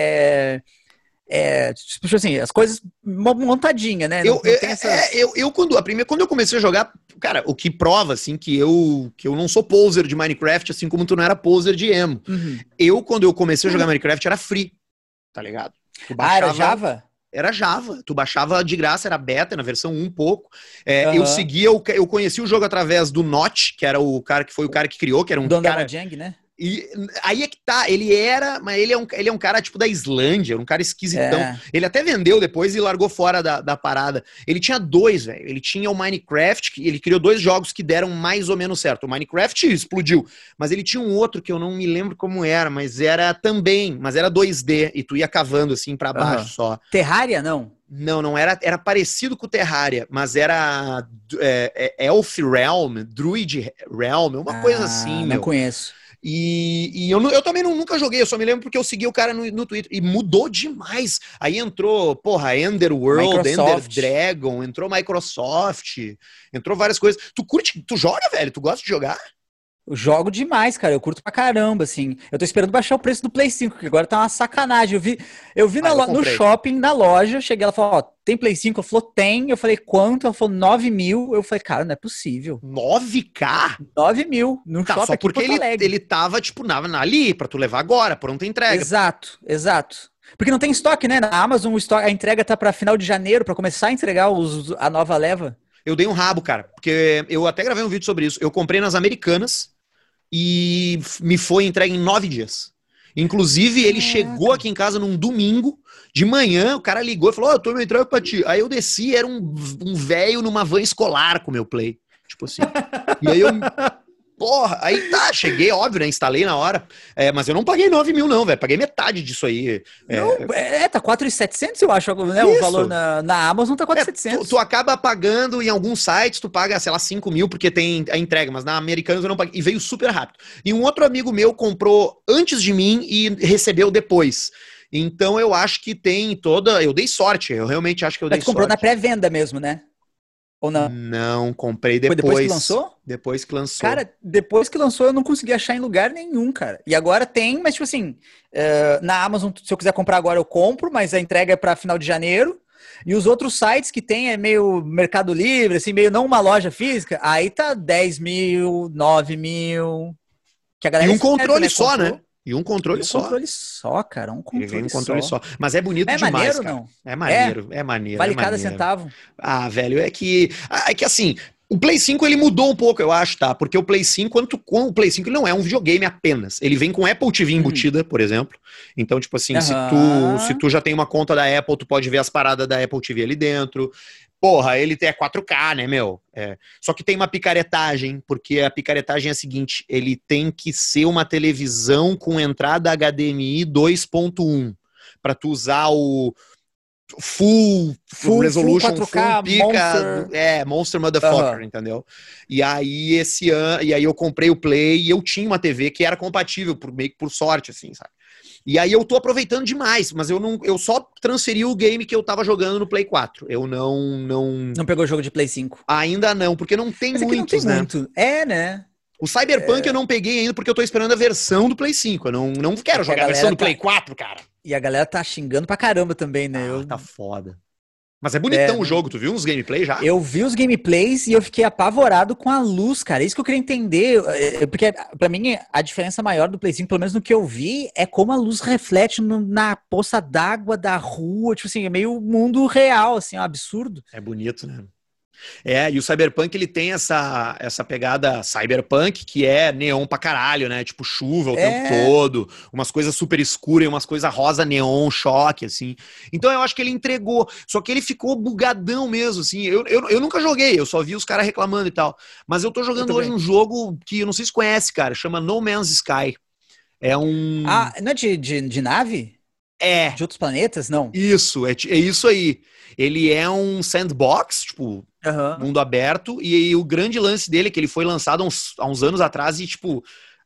tipo assim, as coisas montadinha, né? Não, Eu, não tem essas. quando eu comecei a jogar, cara, o que prova, assim, que eu não sou poser de Minecraft, assim como tu não era poser de emo. Uhum. Quando eu comecei a jogar Minecraft, era free, tá ligado? Tu Ah, era baixava. Java? Era Java, tu baixava de graça, era beta, na versão 1 um pouco. Aham. Eu conheci o jogo através do Notch, que era o cara que foi o cara que criou, que era um Dono da cara. Mojang, né? E aí é que tá, mas ele é um cara tipo da Islândia, um cara esquisitão. É. Ele até vendeu depois e largou fora da parada. Ele tinha dois, velho. Ele tinha o Minecraft, ele criou dois jogos que deram mais ou menos certo. O Minecraft explodiu, mas ele tinha um outro que eu não me lembro como era, mas era 2D, e tu ia cavando assim pra baixo Aham. só. Terraria, não? Não era, era parecido com o Terraria, mas era Elf Realm, Druid Realm, uma coisa assim, Ah, não meu. conheço. E eu também nunca joguei, eu só me lembro porque eu segui o cara no Twitter. E mudou demais. Aí entrou, porra, Ender World, Ender Dragon, entrou Microsoft, entrou várias coisas. Tu joga, velho? Tu gosta de jogar? Eu jogo demais, cara. Eu curto pra caramba, assim. Eu tô esperando baixar o preço do Play 5, que agora tá uma sacanagem. Eu vi no shopping, na loja, cheguei, ela falou, ó, tem Play 5? Ela falou, tem. Eu falei, quanto? Ela falou, 9 mil. Eu falei, cara, não é possível. 9K? 9 mil no shopping só aqui porque ele tava, tipo, ali, pra tu levar agora, pronta entrega. Exato. Porque não tem estoque, né? Na Amazon, a entrega tá pra final de janeiro, pra começar a entregar a nova leva. Eu dei um rabo, cara, porque eu até gravei um vídeo sobre isso. Eu comprei nas Americanas e me foi entregue em 9 dias. Inclusive, ele chegou aqui em casa num domingo, de manhã, o cara ligou e falou, eu tô me entrega pra ti. Aí eu desci, era um velho numa van escolar com o meu Play. Tipo assim. E aí eu... Porra, aí tá, cheguei, óbvio, né? Instalei na hora. Mas eu não paguei 9 mil, não, velho. Paguei metade disso aí. Tá 4.700, eu acho, né? O valor na Amazon tá 4.700. Tu acaba pagando em alguns sites, tu paga, sei lá, 5 mil, porque tem a entrega, mas na Americanas eu não paguei. E veio super rápido. E um outro amigo meu comprou antes de mim e recebeu depois. Então eu acho que tem toda. Eu dei sorte, eu realmente acho que eu dei sorte. Mas tu comprou na pré-venda mesmo, né? Ou não? Não, comprei depois. Foi depois que lançou? Depois que lançou. Cara, depois que lançou eu não consegui achar em lugar nenhum, cara. E agora tem, mas tipo assim, na Amazon, se eu quiser comprar agora eu compro, mas a entrega é pra final de janeiro. E os outros sites que tem é meio Mercado Livre, assim, meio não uma loja física, aí tá 10 mil, 9 mil. Que a galera e um controle só, comprou. né? E um controle só. Um controle só, cara. Um controle só. Mas é bonito demais, maneiro, cara. Não? É maneiro, é maneiro. Vale cada centavo. Ah, velho, é que assim, o Play 5 ele mudou um pouco, eu acho, tá? Porque o Play 5, o Play 5 ele não é um videogame apenas. Ele vem com Apple TV embutida, por exemplo. Então, tipo assim, se tu já tem uma conta da Apple, tu pode ver as paradas da Apple TV ali dentro. Porra, ele é 4K, né, meu? Só que tem uma picaretagem, porque a picaretagem é a seguinte, ele tem que ser uma televisão com entrada HDMI 2.1, para tu usar o full resolution, 4K, full pica, Monster Motherfucker, entendeu? E aí eu comprei o Play e eu tinha uma TV que era compatível, meio que por sorte, assim, sabe? E aí eu tô aproveitando demais, mas eu só transferi o game que eu tava jogando no Play 4. Eu não pegou o jogo de Play 5? Ainda não, porque não tem muitos, né? Muito. Né? O Cyberpunk eu não peguei ainda porque eu tô esperando a versão do Play 5. Eu não quero jogar a versão do Play 4, cara. E a galera tá xingando pra caramba também, né? Tá foda. Mas é bonitão o jogo, tu viu uns gameplays já? Eu vi os gameplays e eu fiquei apavorado com a luz, cara. Isso que eu queria entender, porque pra mim a diferença maior do Play 5, pelo menos no que eu vi, é como a luz reflete na poça d'água da rua, tipo assim, é meio mundo real, assim, é um absurdo. É bonito, né? E o Cyberpunk, ele tem essa pegada cyberpunk, que é neon pra caralho, né? Tipo, chuva o tempo todo, umas coisas super escuras e umas coisas rosa neon, choque, assim. Então eu acho que ele entregou, só que ele ficou bugadão mesmo, assim. Eu nunca joguei, eu só vi os caras reclamando e tal. Mas eu tô jogando hoje um jogo que eu não sei se conhece, cara, chama No Man's Sky. É um... Ah, não é de nave? De outros planetas, não? Isso, é isso aí. Ele é um sandbox, tipo, mundo aberto, e o grande lance dele é que ele foi lançado há uns anos atrás e, tipo,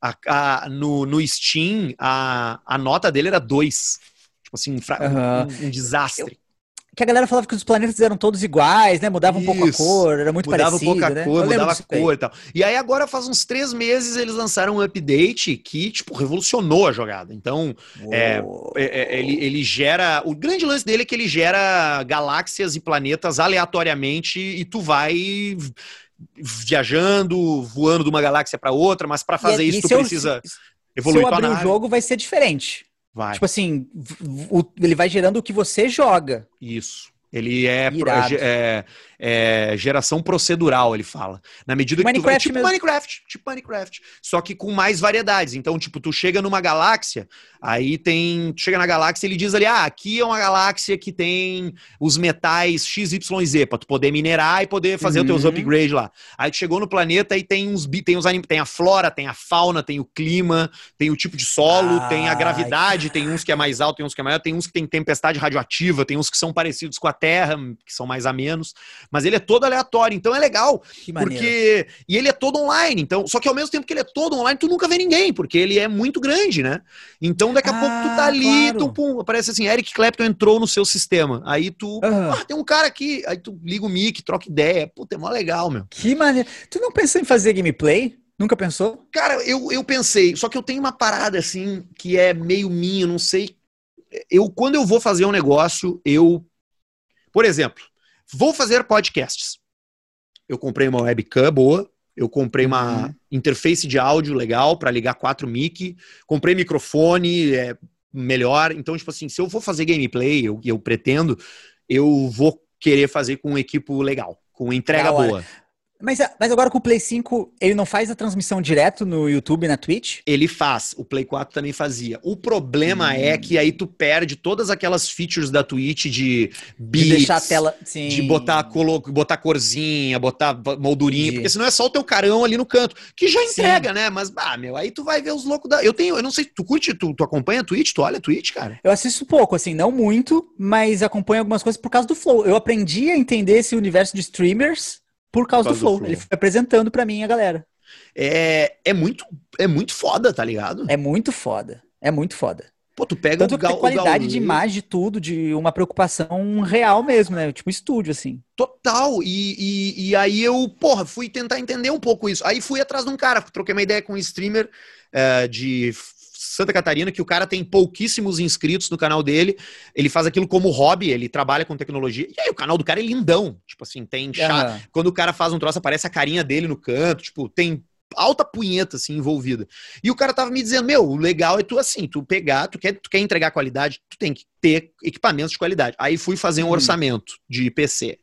no Steam, a nota dele era 2. Tipo assim, um desastre. Que a galera falava que os planetas eram todos iguais, né? Mudava um pouco a cor, era muito parecido, mudava um pouco a cor, né? Mudava a cor e tal. E aí agora faz uns 3 meses eles lançaram um update que, tipo, revolucionou a jogada. Então, ele gera... O grande lance dele é que ele gera galáxias e planetas aleatoriamente e tu vai viajando, voando de uma galáxia para outra, mas para fazer isso tu precisa evoluir tua nave. Se eu abrir o jogo vai ser diferente. Vai. Tipo assim, ele vai gerando o que você joga. Isso. Ele é geração procedural, ele fala. Na medida que tu vai... Tipo Minecraft. Só que com mais variedades. Então, tipo, tu chega numa galáxia, aí tu chega na galáxia e ele diz ali, aqui é uma galáxia que tem os metais XYZ, pra tu poder minerar e poder fazer os teus upgrades lá. Aí tu chegou no planeta e tem a flora, tem a fauna, tem o clima, tem o tipo de solo, tem a gravidade, tem uns que é mais alto, tem uns que é maior, tem uns que tem tempestade radioativa, tem uns que são parecidos com a Terra, que são mais a menos, mas ele é todo aleatório, então é legal, Que maneiro. porque... E ele é todo online, então, só que ao mesmo tempo que ele é todo online, tu nunca vê ninguém, porque ele é muito grande, né? Então daqui a pouco tu tá ali, claro. pum, aparece assim, Eric Clapton entrou no seu sistema, aí tu, Aham. tem um cara aqui, aí tu liga o mic, troca ideia, puta, é mó legal, meu. Que maneiro. Tu não pensou em fazer gameplay? Nunca pensou? Cara, eu pensei, só que eu tenho uma parada assim, que é meio minha, não sei. Quando eu vou fazer um negócio, por exemplo, vou fazer podcasts. Eu comprei uma webcam boa, eu comprei uma interface de áudio legal para ligar 4 mic, comprei microfone melhor. Então, tipo assim, se eu for fazer gameplay, eu pretendo, eu vou querer fazer com um equipo legal, com entrega boa. Mas agora com o Play 5, ele não faz a transmissão direto no YouTube e na Twitch? Ele faz, o Play 4 também fazia. O problema é que aí tu perde todas aquelas features da Twitch de beats, de deixar a tela... Sim. De botar corzinha, botar moldurinha, porque senão é só o teu carão ali no canto, que já entrega, né? Mas, meu, aí tu vai ver os loucos da... Eu não sei, tu curte, tu acompanha a Twitch? Tu olha a Twitch, cara? Eu assisto pouco, assim, não muito, mas acompanho algumas coisas por causa do Flow. Eu aprendi a entender esse universo de streamers por causa do Flow. Ele foi apresentando pra mim a galera. É muito foda, tá ligado? É muito foda. É muito foda. Pô, tu pega tanto que tem qualidade de imagem, de tudo, de uma preocupação real mesmo, né? Tipo estúdio, assim. Total. E aí eu, fui tentar entender um pouco isso. Aí fui atrás de um cara, troquei uma ideia com um streamer de Santa Catarina, que o cara tem pouquíssimos inscritos no canal dele, ele faz aquilo como hobby, ele trabalha com tecnologia, e aí o canal do cara é lindão, tipo assim, tem chá, quando o cara faz um troço, aparece a carinha dele no canto, tipo, tem alta punheta, assim, envolvida. E o cara tava me dizendo, o legal é tu, assim, tu pegar, tu quer entregar qualidade, tu tem que ter equipamentos de qualidade. Aí fui fazer um orçamento de PC.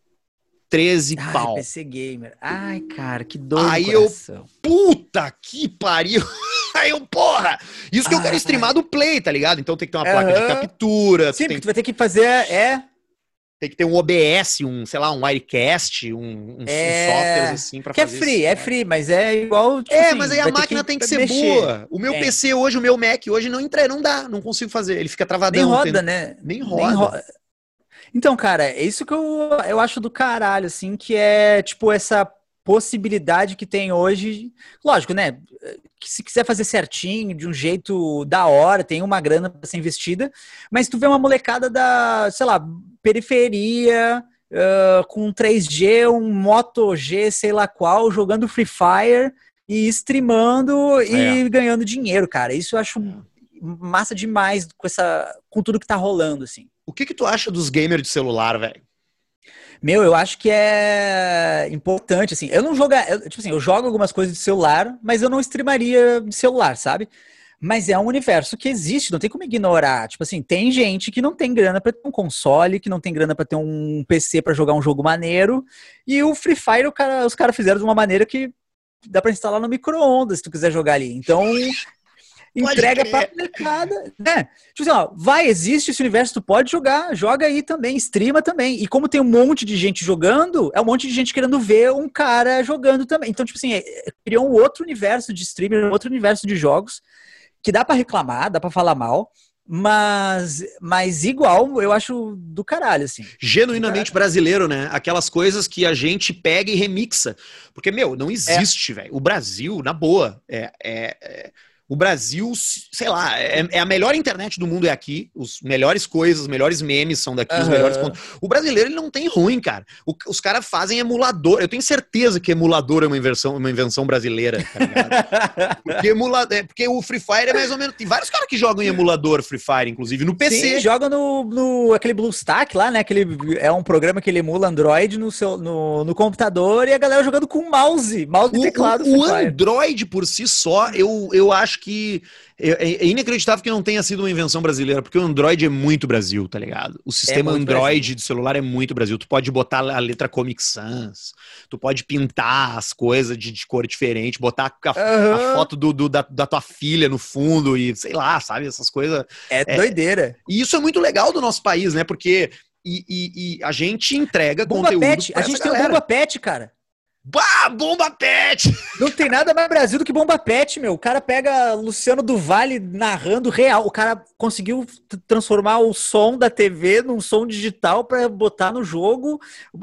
13 pau. PC Gamer. Ai, cara, que dor aí no coração. Puta que pariu. Aí porra! Isso que eu quero streamar do Play, tá ligado? Então tem que ter uma placa de captura. Sim, porque tu vai ter que fazer, Tem que ter um OBS, sei lá, um Wirecast, um software assim pra fazer isso. É free, mas é igual... Tipo assim, mas aí a máquina tem que ser boa. O meu PC hoje, o meu Mac hoje não dá, não consigo fazer. Ele fica travadão. Nem roda, né? Nem roda. Então, cara, é isso que eu acho do caralho, assim, que é, tipo, essa possibilidade que tem hoje. Lógico, né? Que se quiser fazer certinho, de um jeito da hora, tem uma grana pra ser investida, mas tu vê uma molecada da, sei lá, periferia, com 3G, um Moto G, sei lá qual, jogando Free Fire e streamando e ganhando dinheiro, cara. Isso eu acho massa demais com tudo que tá rolando, assim. O que tu acha dos gamers de celular, velho? Eu acho que é importante, assim, eu não jogo, tipo assim, eu jogo algumas coisas de celular, mas eu não streamaria de celular, sabe? Mas é um universo que existe, não tem como ignorar. Tipo assim, tem gente que não tem grana pra ter um console, que não tem grana pra ter um PC pra jogar um jogo maneiro, e o Free Fire os caras fizeram de uma maneira que dá pra instalar no micro-ondas se tu quiser jogar ali. Então... entrega pra molecada, né? Tipo assim, existe esse universo, tu pode jogar, joga aí também, streama também. E como tem um monte de gente jogando, é um monte de gente querendo ver um cara jogando também. Então, tipo assim, criou um outro universo de streamer, um outro universo de jogos, que dá pra reclamar, dá pra falar mal, mas igual, eu acho do caralho, assim. Genuinamente brasileiro, né? Aquelas coisas que a gente pega e remixa. Porque, não existe, velho. O Brasil, na boa, o Brasil, sei lá, é a melhor internet do mundo é aqui, os melhores coisas, os melhores memes são daqui, os melhores pontos. O brasileiro, ele não tem ruim, cara. Os caras fazem emulador. Eu tenho certeza que emulador é uma invenção brasileira, tá ligado? Porque o Free Fire é mais ou menos... Tem vários caras que jogam em emulador Free Fire, inclusive no PC. Sim, joga no aquele BlueStack lá, né? É um programa que ele emula Android no computador e a galera jogando com mouse e teclado. O Android por si só, eu acho que é inacreditável que não tenha sido uma invenção brasileira, porque o Android é muito Brasil, tá ligado? O sistema Android de celular é muito Brasil. Tu pode botar a letra Comic Sans, tu pode pintar as coisas de cor diferente, botar a foto da tua filha no fundo e sei lá, sabe? Essas coisas. É doideira. E isso é muito legal do nosso país, né? Porque a gente entrega Bomba conteúdo Pet. A gente tem o Bomba Pet, cara. Bah, Bomba Pet! Não tem nada mais Brasil do que Bomba Pet, meu. O cara pega Luciano do Vale narrando real. O cara conseguiu transformar o som da TV num som digital pra botar no jogo,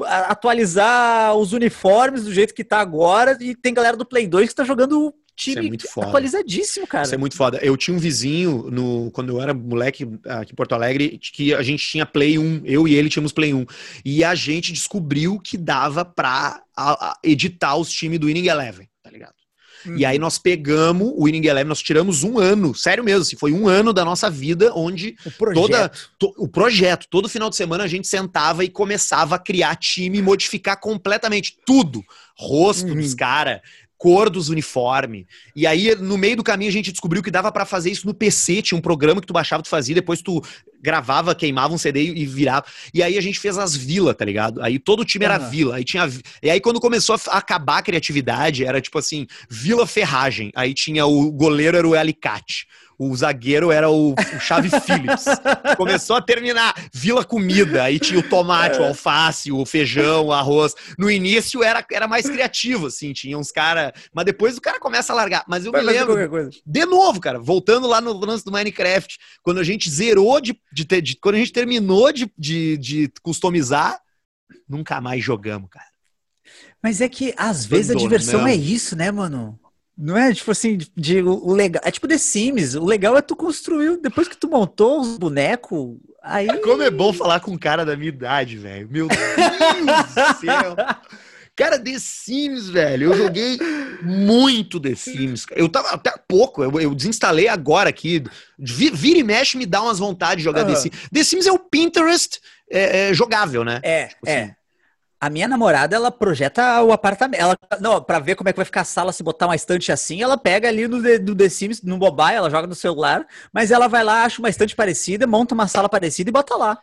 atualizar os uniformes do jeito que tá agora. E tem galera do Play 2 que tá jogando time atualizadíssimo, cara. Isso é muito foda. Eu tinha um vizinho, quando eu era moleque aqui em Porto Alegre, que a gente tinha Play 1, eu e ele tínhamos Play 1, e a gente descobriu que dava pra editar os times do Winning Eleven, tá ligado? E aí nós pegamos o Winning Eleven, nós tiramos um ano, sério mesmo, assim, foi um ano da nossa vida onde o projeto, todo final de semana a gente sentava e começava a criar time e modificar completamente tudo, rosto dos caras, cor dos uniformes. E aí, no meio do caminho, a gente descobriu que dava pra fazer isso no PC. Tinha um programa que tu baixava, tu fazia, depois tu gravava, queimava um CD e virava. E aí a gente fez as vilas, tá ligado? Aí todo o time era vila. Aí e aí quando começou a acabar a criatividade, era tipo assim, Vila Ferragem. Aí tinha o goleiro, era o Alicate. O zagueiro era o Chave Phillips. Começou a terminar Vila Comida. Aí tinha o tomate, o alface, o feijão, o arroz. No início era mais criativo, assim. Tinha uns caras... Mas depois o cara começa a largar. Mas eu me lembro... De novo, cara. Voltando lá no lance do Minecraft. Quando a gente zerou quando a gente terminou de customizar, nunca mais jogamos, cara. Mas é que, às vezes, a diversão é isso, né, mano? Não é, tipo assim, o legal... É tipo The Sims. O legal é tu construir... Depois que tu montou os bonecos, aí... Como é bom falar com um cara da minha idade, velho. Meu Deus do céu. Cara, The Sims, velho. Eu joguei muito The Sims. Eu tava até pouco. Eu desinstalei agora aqui. Vira e mexe me dá umas vontades de jogar The Sims. The Sims é o Pinterest jogável, né? Tipo assim. A minha namorada, ela projeta o apartamento. Não, pra ver como é que vai ficar a sala se botar uma estante assim, ela pega ali no The Sims, no mobile, ela joga no celular, mas ela vai lá, acha uma estante parecida, monta uma sala parecida e bota lá.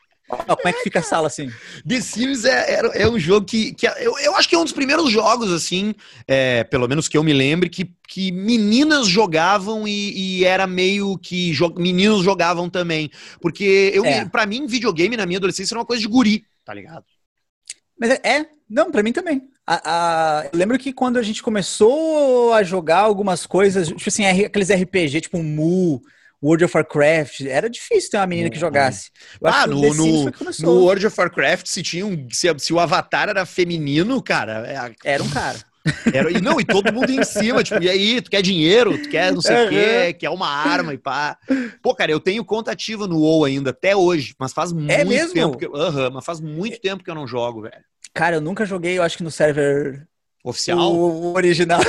Ó, como é que fica a sala assim? The Sims é um jogo que eu acho que é um dos primeiros jogos, assim, pelo menos que eu me lembre, que meninas jogavam e era meio que meninos jogavam também. Porque pra mim, videogame na minha adolescência era uma coisa de guri, tá ligado? Mas não, pra mim também. Eu lembro que quando a gente começou a jogar algumas coisas, tipo assim, aqueles RPG, tipo Mu, World of Warcraft, era difícil ter uma menina que jogasse. No World of Warcraft, se o avatar era feminino, cara... Era um cara. E todo mundo em cima, tipo, e aí, tu quer dinheiro, tu quer não sei o quê, quer uma arma e pá. Pô, cara, eu tenho conta ativa no WoW ainda, até hoje, mas faz muito tempo mas faz muito tempo que eu não jogo, velho. Cara, eu nunca joguei, eu acho que no server oficial. O original.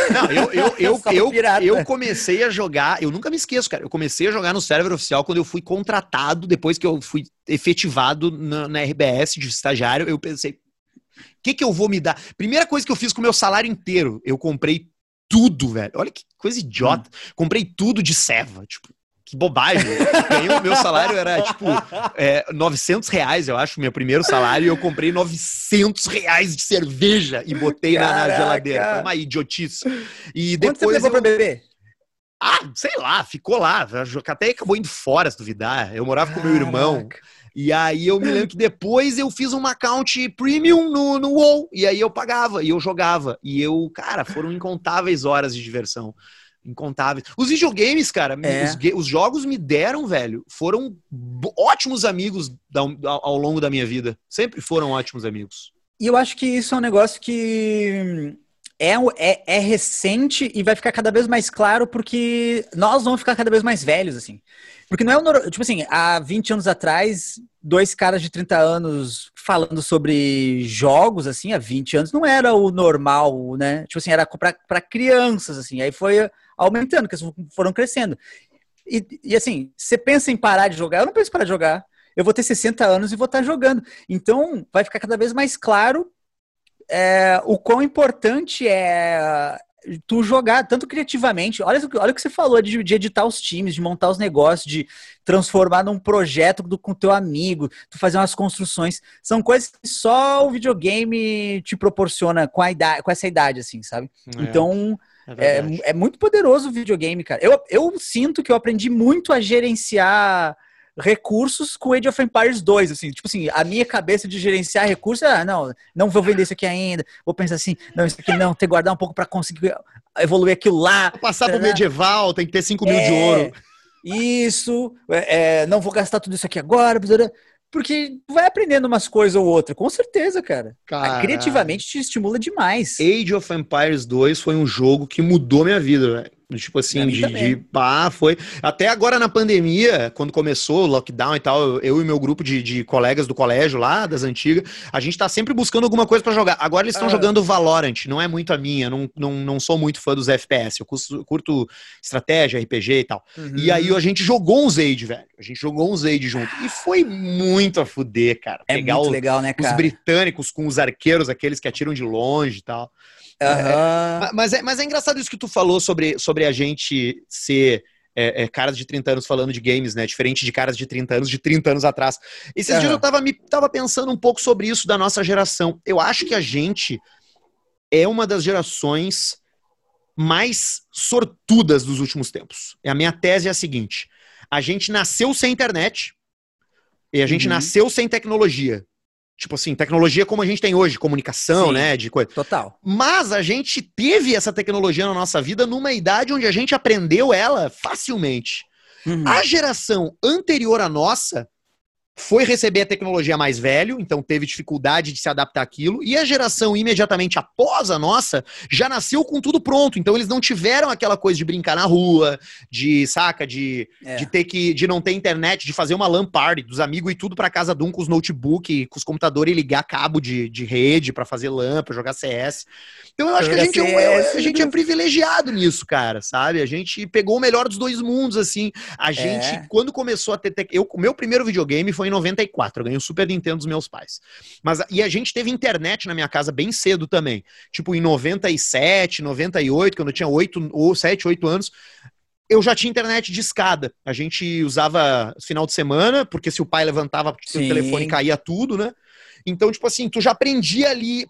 Não, eu comecei a jogar, eu nunca me esqueço, cara. Eu comecei a jogar no server oficial quando eu fui contratado, depois que eu fui efetivado na RBS de estagiário, eu pensei, o que eu vou me dar? Primeira coisa que eu fiz com o meu salário inteiro, eu comprei tudo, velho. Olha que coisa idiota. Comprei tudo de Seva, tipo, que bobagem. O meu salário era, tipo, R$900, eu acho, meu primeiro salário, e eu comprei R$900 de cerveja e botei na geladeira. Foi uma idiotice. E quanto você levou pra beber? Sei lá, ficou lá. Até acabou indo fora, se duvidar. Eu morava com meu irmão. E aí eu me lembro que depois eu fiz um account premium no WoW. E aí eu pagava, e eu jogava. E cara, foram incontáveis horas de diversão. Incontáveis. Os videogames, cara, os jogos me deram, velho, foram ótimos amigos ao longo da minha vida. Sempre foram ótimos amigos. E eu acho que isso é um negócio que é recente e vai ficar cada vez mais claro porque nós vamos ficar cada vez mais velhos, assim. Porque não é tipo assim, há 20 anos atrás, dois caras de 30 anos falando sobre jogos, assim, há 20 anos, não era o normal, né? Tipo assim, era pra crianças, assim. Aí foi aumentando, que eles foram crescendo. E assim, você pensa em parar de jogar? Eu não penso em parar de jogar. Eu vou ter 60 anos e vou estar jogando. Então, vai ficar cada vez mais claro o quão importante é tu jogar, tanto criativamente. Olha o que você falou de editar os times, de montar os negócios, de transformar num projeto com teu amigo, tu fazer umas construções. São coisas que só o videogame te proporciona com essa idade, assim, sabe? Então, é muito poderoso o videogame, cara. Eu sinto que eu aprendi muito a gerenciar recursos com Age of Empires 2, assim, tipo assim, a minha cabeça de gerenciar recursos, não vou vender isso aqui ainda, vou pensar assim, não, isso aqui não, ter que guardar um pouco para conseguir evoluir aquilo lá. Passar pro medieval, tem que ter 5 mil de ouro. Isso, não vou gastar tudo isso aqui agora, porque vai aprendendo umas coisas ou outra, com certeza, cara. Criativamente te estimula demais. Age of Empires 2 foi um jogo que mudou minha vida, velho. Tipo assim, foi. Até agora na pandemia, quando começou o lockdown e tal, eu e meu grupo de colegas do colégio lá, das antigas, a gente tá sempre buscando alguma coisa pra jogar. Agora eles estão jogando Valorant, não é muito a minha, não sou muito fã dos FPS, eu curto estratégia, RPG e tal. Uhum. E aí a gente jogou uns Age, velho. A gente jogou uns Age junto. E foi muito a fuder, cara. Pegar muito legal, né, cara? Os britânicos com os arqueiros, aqueles que atiram de longe e tal. Uhum. Mas é engraçado isso que tu falou sobre a gente ser caras de 30 anos falando de games, né? Diferente de caras de 30 anos atrás. Esses dias eu tava pensando um pouco sobre isso da nossa geração. Eu acho que a gente é uma das gerações mais sortudas dos últimos tempos. A minha tese é a seguinte: a gente nasceu sem internet e a gente nasceu sem tecnologia. Tipo assim, tecnologia como a gente tem hoje, comunicação, sim, né, de coisa. Total. Mas a gente teve essa tecnologia na nossa vida numa idade onde a gente aprendeu ela facilmente. A geração anterior à nossa foi receber a tecnologia mais velho, então teve dificuldade de se adaptar àquilo, e a geração imediatamente após a nossa já nasceu com tudo pronto, então eles não tiveram aquela coisa de brincar na rua, de de não ter internet, de fazer uma LAN party dos amigos e tudo pra casa de um com os notebook, com os computadores e ligar cabo de rede pra fazer LAN, pra jogar CS. Então eu acho que a gente é privilegiado nisso, cara, sabe? A gente pegou o melhor dos dois mundos, assim. A gente, quando começou a ter... O meu primeiro videogame foi em 94, eu ganhei o Super Nintendo dos meus pais. E a gente teve internet na minha casa bem cedo também. Tipo, em 97, 98, quando eu tinha 7, 8 anos, eu já tinha internet de escada. A gente usava final de semana, porque se o pai levantava, o telefone caía tudo, né? Então, tipo assim, tu já aprendia ali,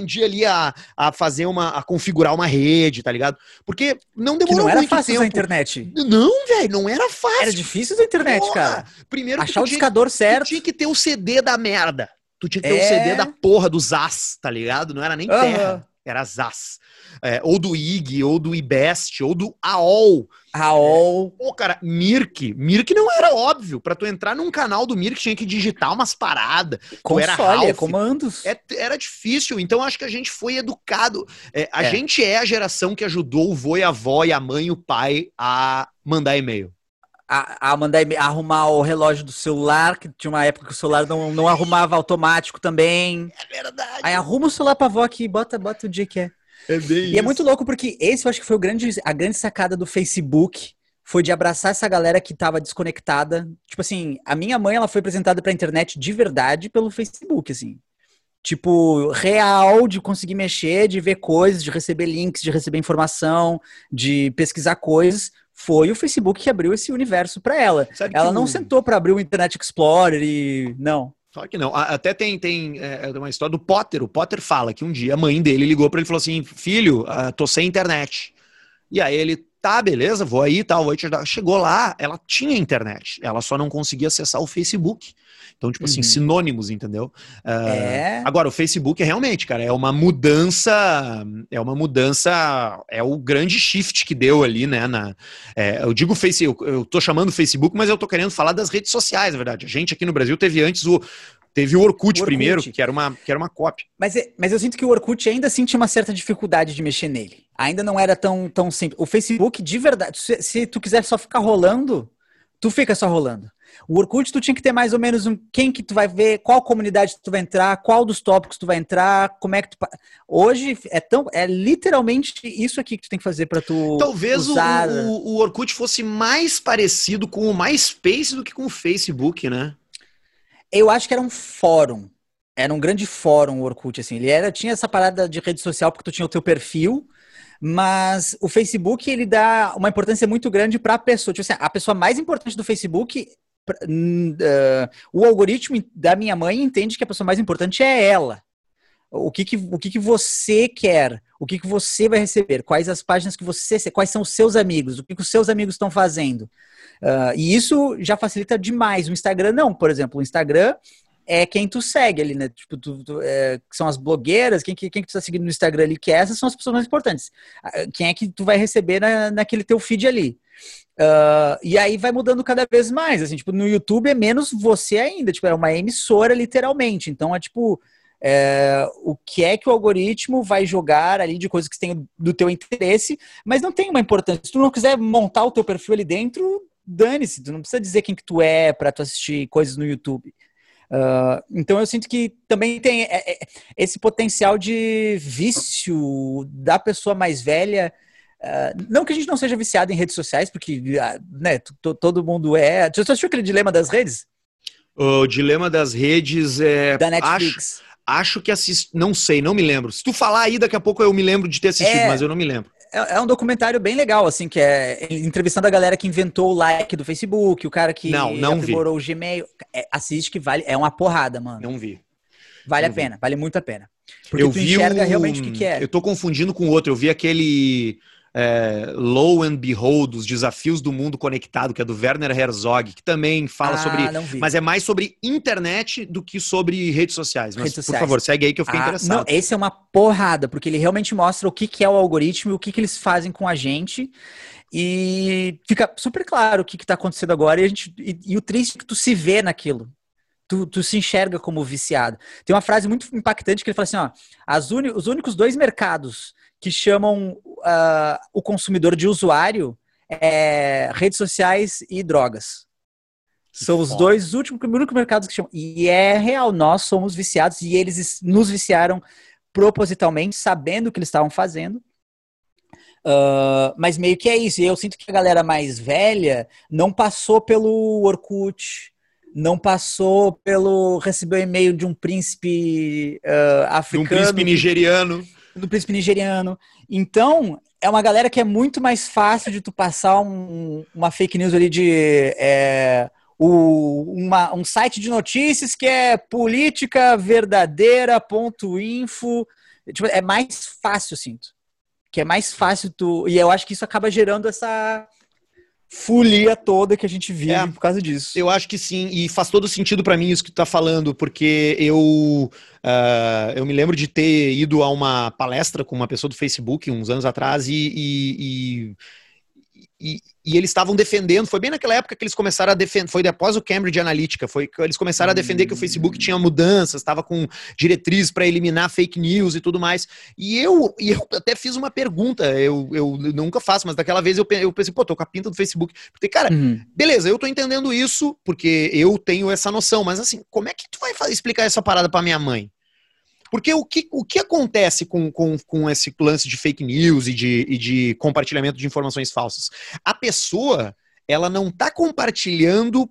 a fazer a configurar uma rede, tá ligado? Porque não demorou muito tempo. Não era fácil usar a internet. Não, velho, não era fácil. Era difícil usar a internet, cara. Primeiro achar o discador certo. Tu tinha que ter o CD da merda. Tu tinha que ter o CD da porra do ZAS, tá ligado? Não era nem terra, era ZAS. Ou do IG, ou do IBEST, ou do AOL. Pô, cara, Mirk não era óbvio. Pra tu entrar num canal do Mirk, tinha que digitar umas paradas. Console, comandos. Era difícil, então acho que a gente foi educado. A gente é a geração que ajudou o vô e a avó e a mãe e o pai a mandar e-mail. A mandar e-mail, a arrumar o relógio do celular, que tinha uma época que o celular não arrumava automático também. É verdade. Aí arruma o celular pra avó aqui, bota o dia que é. E é muito louco porque esse eu acho que foi a grande sacada do Facebook, foi de abraçar essa galera que tava desconectada. Tipo assim, a minha mãe, ela foi apresentada pra internet de verdade pelo Facebook, assim. Tipo, real, de conseguir mexer, de ver coisas, de receber links, de receber informação, de pesquisar coisas. Foi o Facebook que abriu esse universo pra ela. Ela não sentou pra abrir o Internet Explorer e... Não. Só que não. Até tem uma história do Potter. O Potter fala que um dia a mãe dele ligou pra ele e falou assim: filho, tô sem internet. E aí ele, tá, beleza, vou aí e tal, vou te ajudar. Chegou lá, ela tinha internet. Ela só não conseguia acessar o Facebook. Então, tipo assim, sinônimos, entendeu? Agora, o Facebook realmente, cara, é o grande shift que deu ali, né? Eu digo Facebook, eu tô chamando Facebook, mas eu tô querendo falar das redes sociais, na verdade. A gente aqui no Brasil teve antes Teve o Orkut primeiro, que era uma cópia. Mas eu sinto que o Orkut ainda assim tinha uma certa dificuldade de mexer nele. Ainda não era tão simples. O Facebook, de verdade, se tu quiser só ficar rolando, tu fica só rolando. O Orkut, tu tinha que ter mais ou menos quem que tu vai ver, qual comunidade tu vai entrar, qual dos tópicos tu vai entrar, como é que tu... Hoje é literalmente isso aqui que tu tem que fazer pra tu Talvez usar... o Orkut fosse mais parecido com o MySpace do que com o Facebook, né? Eu acho que era um fórum. Era um grande fórum o Orkut, assim. Tinha essa parada de rede social porque tu tinha o teu perfil, mas o Facebook, ele dá uma importância muito grande pra pessoa. Tipo assim, a pessoa mais importante do Facebook... o algoritmo da minha mãe entende que a pessoa mais importante é ela. O que você quer? O que você vai receber? Quais as páginas que quais são os seus amigos? O que os seus amigos estão fazendo? E isso já facilita demais. O Instagram não, por exemplo. O Instagram é quem tu segue ali, né? Tipo, que são as blogueiras, quem que tu tá seguindo no Instagram ali, que essas são as pessoas mais importantes. Quem é que tu vai receber naquele teu feed ali? E aí vai mudando cada vez mais, assim, tipo, no YouTube é menos você ainda, tipo, é uma emissora literalmente, então é tipo, o que é que o algoritmo vai jogar ali de coisas que tem do teu interesse, mas não tem uma importância, se tu não quiser montar o teu perfil ali dentro, dane-se, tu não precisa dizer quem que tu é pra tu assistir coisas no YouTube. Então eu sinto que também tem esse potencial de vício da pessoa mais velha. Não que a gente não seja viciado em redes sociais, porque né, todo mundo é. Você assistiu aquele Dilema das Redes? O Dilema das Redes da Netflix. Acho que assisti. Não sei, não me lembro. Se tu falar aí, daqui a pouco eu me lembro de ter assistido, mas eu não me lembro. É um documentário bem legal, assim, que é entrevistando a galera que inventou o like do Facebook, o cara que aprimorou o Gmail. Assiste que vale. É uma porrada, mano. Não vi. Vale a pena, vale muito a pena. Porque tu enxerga realmente o que é. Eu tô confundindo com outro. Eu vi aquele Lo and Behold, os desafios do mundo conectado, que é do Werner Herzog, que também fala sobre... Mas é mais sobre internet do que sobre redes sociais. Mas, por favor, segue aí que eu fiquei interessado. Não, esse é uma porrada, porque ele realmente mostra o que é o algoritmo e o que eles fazem com a gente. E fica super claro o que tá acontecendo agora. E o triste é que tu se vê naquilo. Tu se enxerga como viciado. Tem uma frase muito impactante que ele fala assim, ó, os únicos dois mercados que chamam o consumidor de usuário redes sociais e drogas. São os dois únicos mercados que chamam. E é real, nós somos viciados e eles nos viciaram propositalmente, sabendo o que eles estavam fazendo. Mas meio que é isso. E eu sinto que a galera mais velha não passou pelo Orkut, não passou pelo... recebeu e-mail de um príncipe africano. De um príncipe nigeriano. Do príncipe nigeriano. Então, é uma galera que é muito mais fácil de tu passar uma fake news ali de um site de notícias que é politicaverdadeira.info. Tipo, é mais fácil, eu sinto. Que é mais fácil tu... E eu acho que isso acaba gerando essa folia toda que a gente vive por causa disso. Eu acho que sim, e faz todo sentido pra mim isso que tu tá falando, porque eu me lembro de ter ido a uma palestra com uma pessoa do Facebook uns anos atrás e eles estavam defendendo, foi bem naquela época que eles começaram a defender, foi após o Cambridge Analytica, foi que eles começaram a defender que o Facebook tinha mudanças, estava com diretrizes para eliminar fake news e tudo mais, e eu até fiz uma pergunta, eu nunca faço, mas daquela vez eu pensei, pô, tô com a pinta do Facebook, porque, cara, beleza, eu tô entendendo isso, porque eu tenho essa noção, mas assim, como é que tu vai explicar essa parada pra minha mãe? Porque o que acontece com esse lance de fake news e de compartilhamento de informações falsas? A pessoa, ela não está compartilhando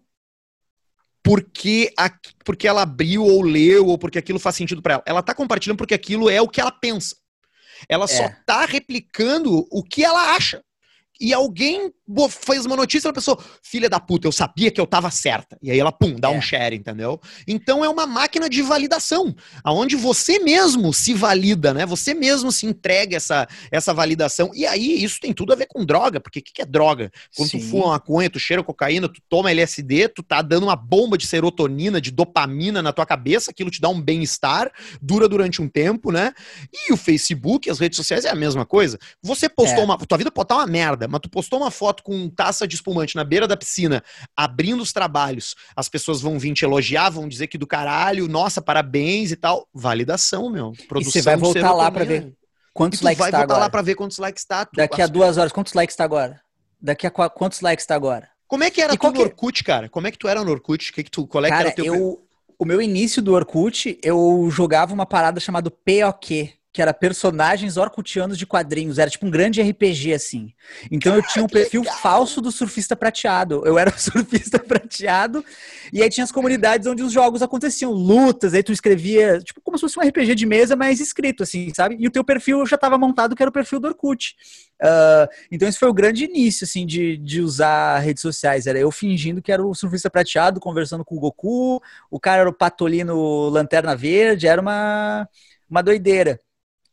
porque ela abriu ou leu ou porque aquilo faz sentido para ela. Ela está compartilhando porque aquilo é o que ela pensa. Ela só está replicando o que ela acha. E alguém fez uma notícia, a pessoa, filha da puta, eu sabia que eu tava certa. E aí ela, pum, dá um share, entendeu? Então é uma máquina de validação, aonde você mesmo se valida, né? Você mesmo se entrega essa validação. E aí isso tem tudo a ver com droga, porque o que é droga? Quando tu fuma maconha, tu cheira cocaína, tu toma LSD, tu tá dando uma bomba de serotonina, de dopamina na tua cabeça, aquilo te dá um bem-estar, dura durante um tempo, né? E o Facebook, as redes sociais é a mesma coisa. Você postou tua vida pode estar uma merda, mas tu postou uma foto com taça de espumante na beira da piscina, abrindo os trabalhos, as pessoas vão vir te elogiar, vão dizer que do caralho, nossa, parabéns e tal. Validação, meu. Produção. E você vai voltar lá pra ver quantos likes tá agora. Vai voltar lá pra ver quantos likes tá. Daqui a 2 horas, quantos likes tá agora? Daqui a quantos likes tá agora? Como é que era tu no Orkut, cara? Como é que tu era no Orkut? Qual é que era o teu... O meu início do Orkut, eu jogava uma parada chamada POQ, que era personagens orkutianos de quadrinhos. Era tipo um grande RPG, assim. Então eu tinha um perfil falso do surfista prateado. Eu era o surfista prateado. E aí tinha as comunidades onde os jogos aconteciam. Lutas, aí tu escrevia, tipo, como se fosse um RPG de mesa, mas escrito, assim, sabe? E o teu perfil já estava montado, que era o perfil do Orkut. Então esse foi o grande início, assim, de usar redes sociais. Era eu fingindo que era o surfista prateado, conversando com o Goku. O cara era o Patolino Lanterna Verde. Era uma doideira.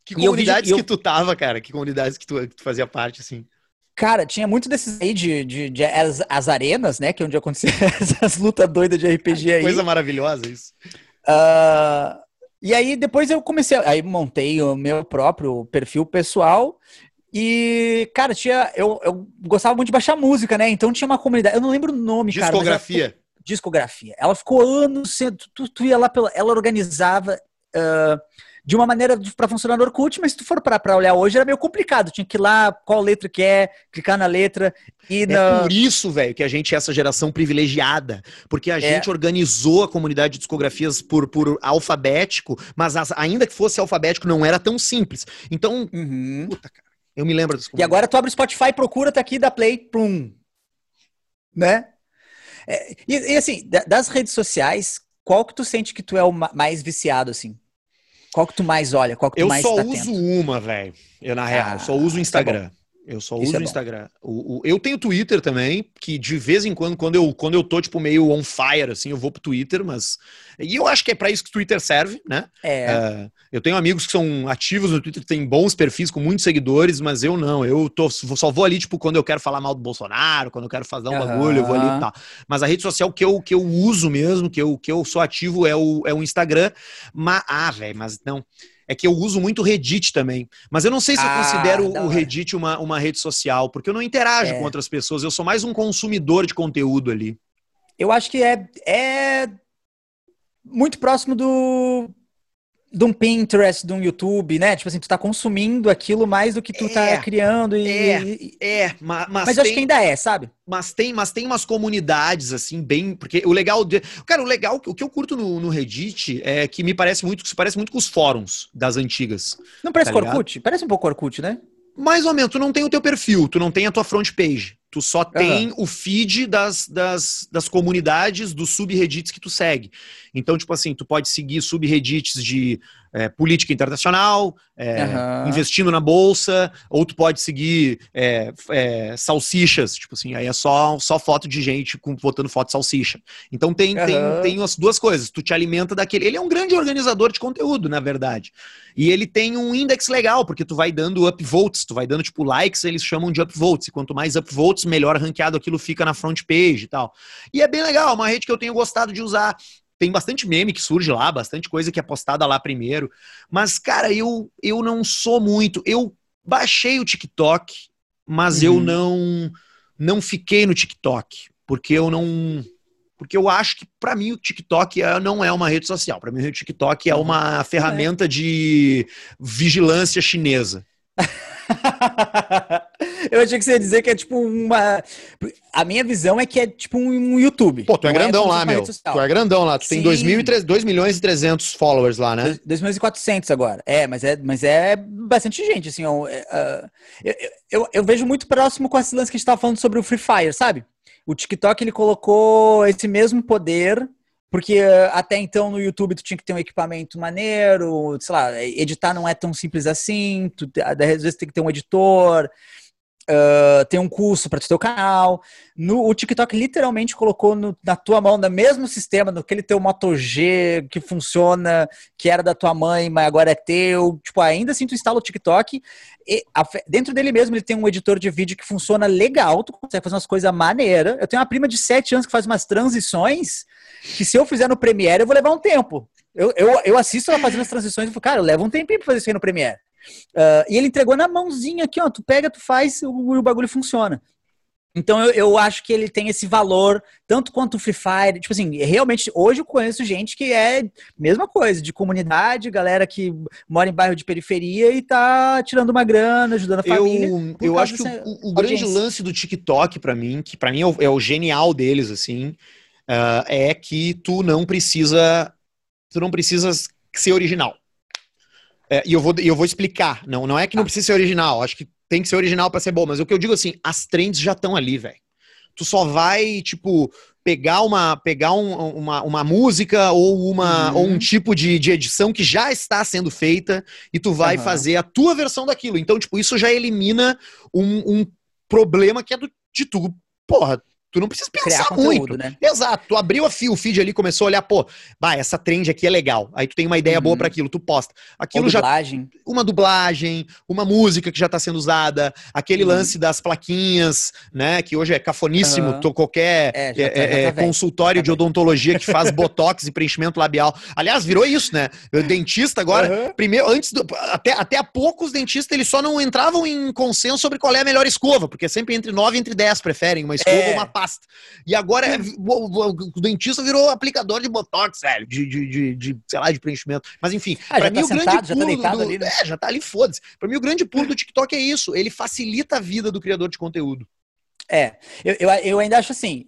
Que E eu vi, comunidades que tu tava, cara? Que comunidades que tu fazia parte, assim? cara, tinha muito desses aí de as arenas, né? Que é onde acontecia essas lutas doidas de RPG Coisa aí. maravilhosa isso. Ah, e aí depois eu comecei, aí montei o meu próprio perfil pessoal e, cara, eu gostava muito de baixar música, né? Então tinha uma comunidade, eu não lembro o nome, cara, mas Discografia. discografia. Ela ficou anos sendo, tu ia lá pela, ela organizava de uma maneira para funcionar no Orkut, mas se tu for para olhar hoje era meio complicado. Tinha que ir lá, qual letra que é, clicar na letra e É na por isso, velho, que a gente é essa geração privilegiada. Porque a é, gente organizou a comunidade de discografias por alfabético, mas ainda que fosse alfabético, não era tão simples. Então, uhum. puta, cara, eu me lembro das E agora comunidades. tu abre o Spotify, procura, tá aqui, dá play, plum, né? E assim, das redes sociais, qual que tu sente que tu é o mais viciado, assim? Qual que tu mais olha? Qual que tu Eu mais só tá uso atento? uma, velho. Eu, na real, só uso o Ah, isso é bom. Instagram. Eu só Isso uso é o bom. Instagram. Eu tenho Twitter também, que de vez em quando, quando eu tô, tipo, meio on fire, assim, eu vou pro Twitter, mas. E eu acho que é pra isso que o Twitter serve, né? É. Eu tenho amigos que são ativos no Twitter, que têm bons perfis, com muitos seguidores, mas eu não. Só vou ali, tipo, quando eu quero falar mal do Bolsonaro, quando eu quero fazer um bagulho, eu vou ali e Aham. tal. Mas a rede social que eu uso mesmo, que eu sou ativo é o Instagram. Velho, mas não. É que eu uso muito o Reddit também. Mas eu não sei se eu considero Ah, o da hora. Reddit uma rede social, porque eu não interajo com É. outras pessoas, eu sou mais um consumidor de conteúdo ali. Eu acho que é muito próximo de um Pinterest, de um YouTube, né? Tipo assim, tu tá consumindo aquilo mais do que tu tá É, criando é, mas mas eu acho que tem. ainda é, sabe? Mas tem umas comunidades, assim, bem. Porque o legal. Cara, o que eu curto no Reddit é que me parece muito, que se parece muito com os fóruns das antigas, Não tá parece com ligado? Orkut? Parece um pouco Orkut, né? Mais ou menos, tu não tem o teu perfil, tu não tem a tua front page. Tu só Aham. tem o feed das comunidades, dos subreddits que tu segue. Então, tipo assim, tu pode seguir subreddits de política internacional, Aham. investindo na bolsa, ou tu pode seguir salsichas, tipo assim, aí é só foto de gente botando foto de salsicha. Então tem Aham. as duas coisas, tu te alimenta daquele. Ele é um grande organizador de conteúdo, na verdade. E ele tem um index legal, porque tu vai dando upvotes, tu vai dando, tipo, likes, eles chamam de upvotes. E quanto mais upvotes, melhor ranqueado aquilo fica na front page e tal. E é bem legal, uma rede que eu tenho gostado de usar. Tem bastante meme que surge lá, bastante coisa que é postada lá primeiro. Mas, cara, eu não sou muito. Eu baixei o TikTok, mas eu Uhum. não fiquei no TikTok. Porque eu não. Porque eu acho que, pra mim, o TikTok não é uma rede social. Pra mim, o TikTok é Não. uma Não é. ferramenta de vigilância chinesa. Eu achei que você ia dizer que é tipo uma. A minha visão é que é tipo um YouTube. Pô, tu é Não é grandão como se lá, fosse uma rede meu. Tu é social. grandão lá. Tu tem Sim. 2 milhões e 300 followers lá, né? 2.400 agora. Mas é bastante gente, assim. Eu vejo muito próximo com esse lance que a gente tava falando sobre o Free Fire, sabe? O TikTok, ele colocou esse mesmo poder, porque até então no YouTube tu tinha que ter um equipamento maneiro, sei lá, editar não é tão simples assim, às vezes tem que ter um editor, tem um curso para ter o canal. O TikTok literalmente colocou na tua mão, no mesmo sistema, naquele teu Moto G que funciona, que era da tua mãe, mas agora é teu. Tipo, ainda assim tu instala o TikTok. Dentro dele mesmo ele tem um editor de vídeo que funciona legal, tu consegue fazer umas coisas maneiras. Eu tenho uma prima de 7 anos que faz umas transições que se eu fizer no Premiere eu vou levar um tempo. Eu assisto ela fazendo as transições e falo, cara, eu levo um tempinho pra fazer isso aí no Premiere. E ele entregou na mãozinha aqui, ó. Tu pega, tu faz, o bagulho funciona. Então eu acho que ele tem esse valor, tanto quanto o Free Fire. Tipo assim, realmente, hoje eu conheço gente que é mesma coisa, de comunidade, galera que mora em bairro de periferia e tá tirando uma grana, ajudando a família, por Eu causa acho que dessa o grande audiência. lance do TikTok, pra mim, que pra mim é o genial deles, assim, é que tu não precisa ser original. E eu vou explicar. Não é que não Tá. precisa ser original. Acho que tem que ser original pra ser bom. Mas o que eu digo assim, as trends já estão ali, velho. Tu só vai, tipo, pegar uma música ou um Uhum. tipo de edição que já está sendo feita e tu vai Aham. fazer a tua versão daquilo. Então, tipo, isso já elimina um problema que é de tu, porra. Tu não precisa Criar pensar conteúdo, muito. né? Exato. Tu abriu o feed ali, começou a olhar, pô, essa trend aqui é legal. Aí tu tem uma ideia boa pra aquilo, tu posta. Ou Aquilo já dublagem. uma dublagem, uma música que já está sendo usada, aquele lance das plaquinhas, né? Que hoje é cafoníssimo, qualquer Já tá velho. consultório de odontologia que faz botox e preenchimento labial. Aliás, virou isso, né? O dentista agora, primeiro, até há pouco os dentistas eles só não entravam em consenso sobre qual é a melhor escova, porque sempre entre 9 e entre 10 preferem uma escova ou uma pasta. E agora o dentista virou aplicador de botox, velho, sei lá, de preenchimento. Mas enfim, pra mim o grande pulo já tá deitado ali, né? já tá ali, foda-se. Pra mim, o grande pulo do TikTok é isso. Ele facilita a vida do criador de conteúdo. Eu ainda acho assim,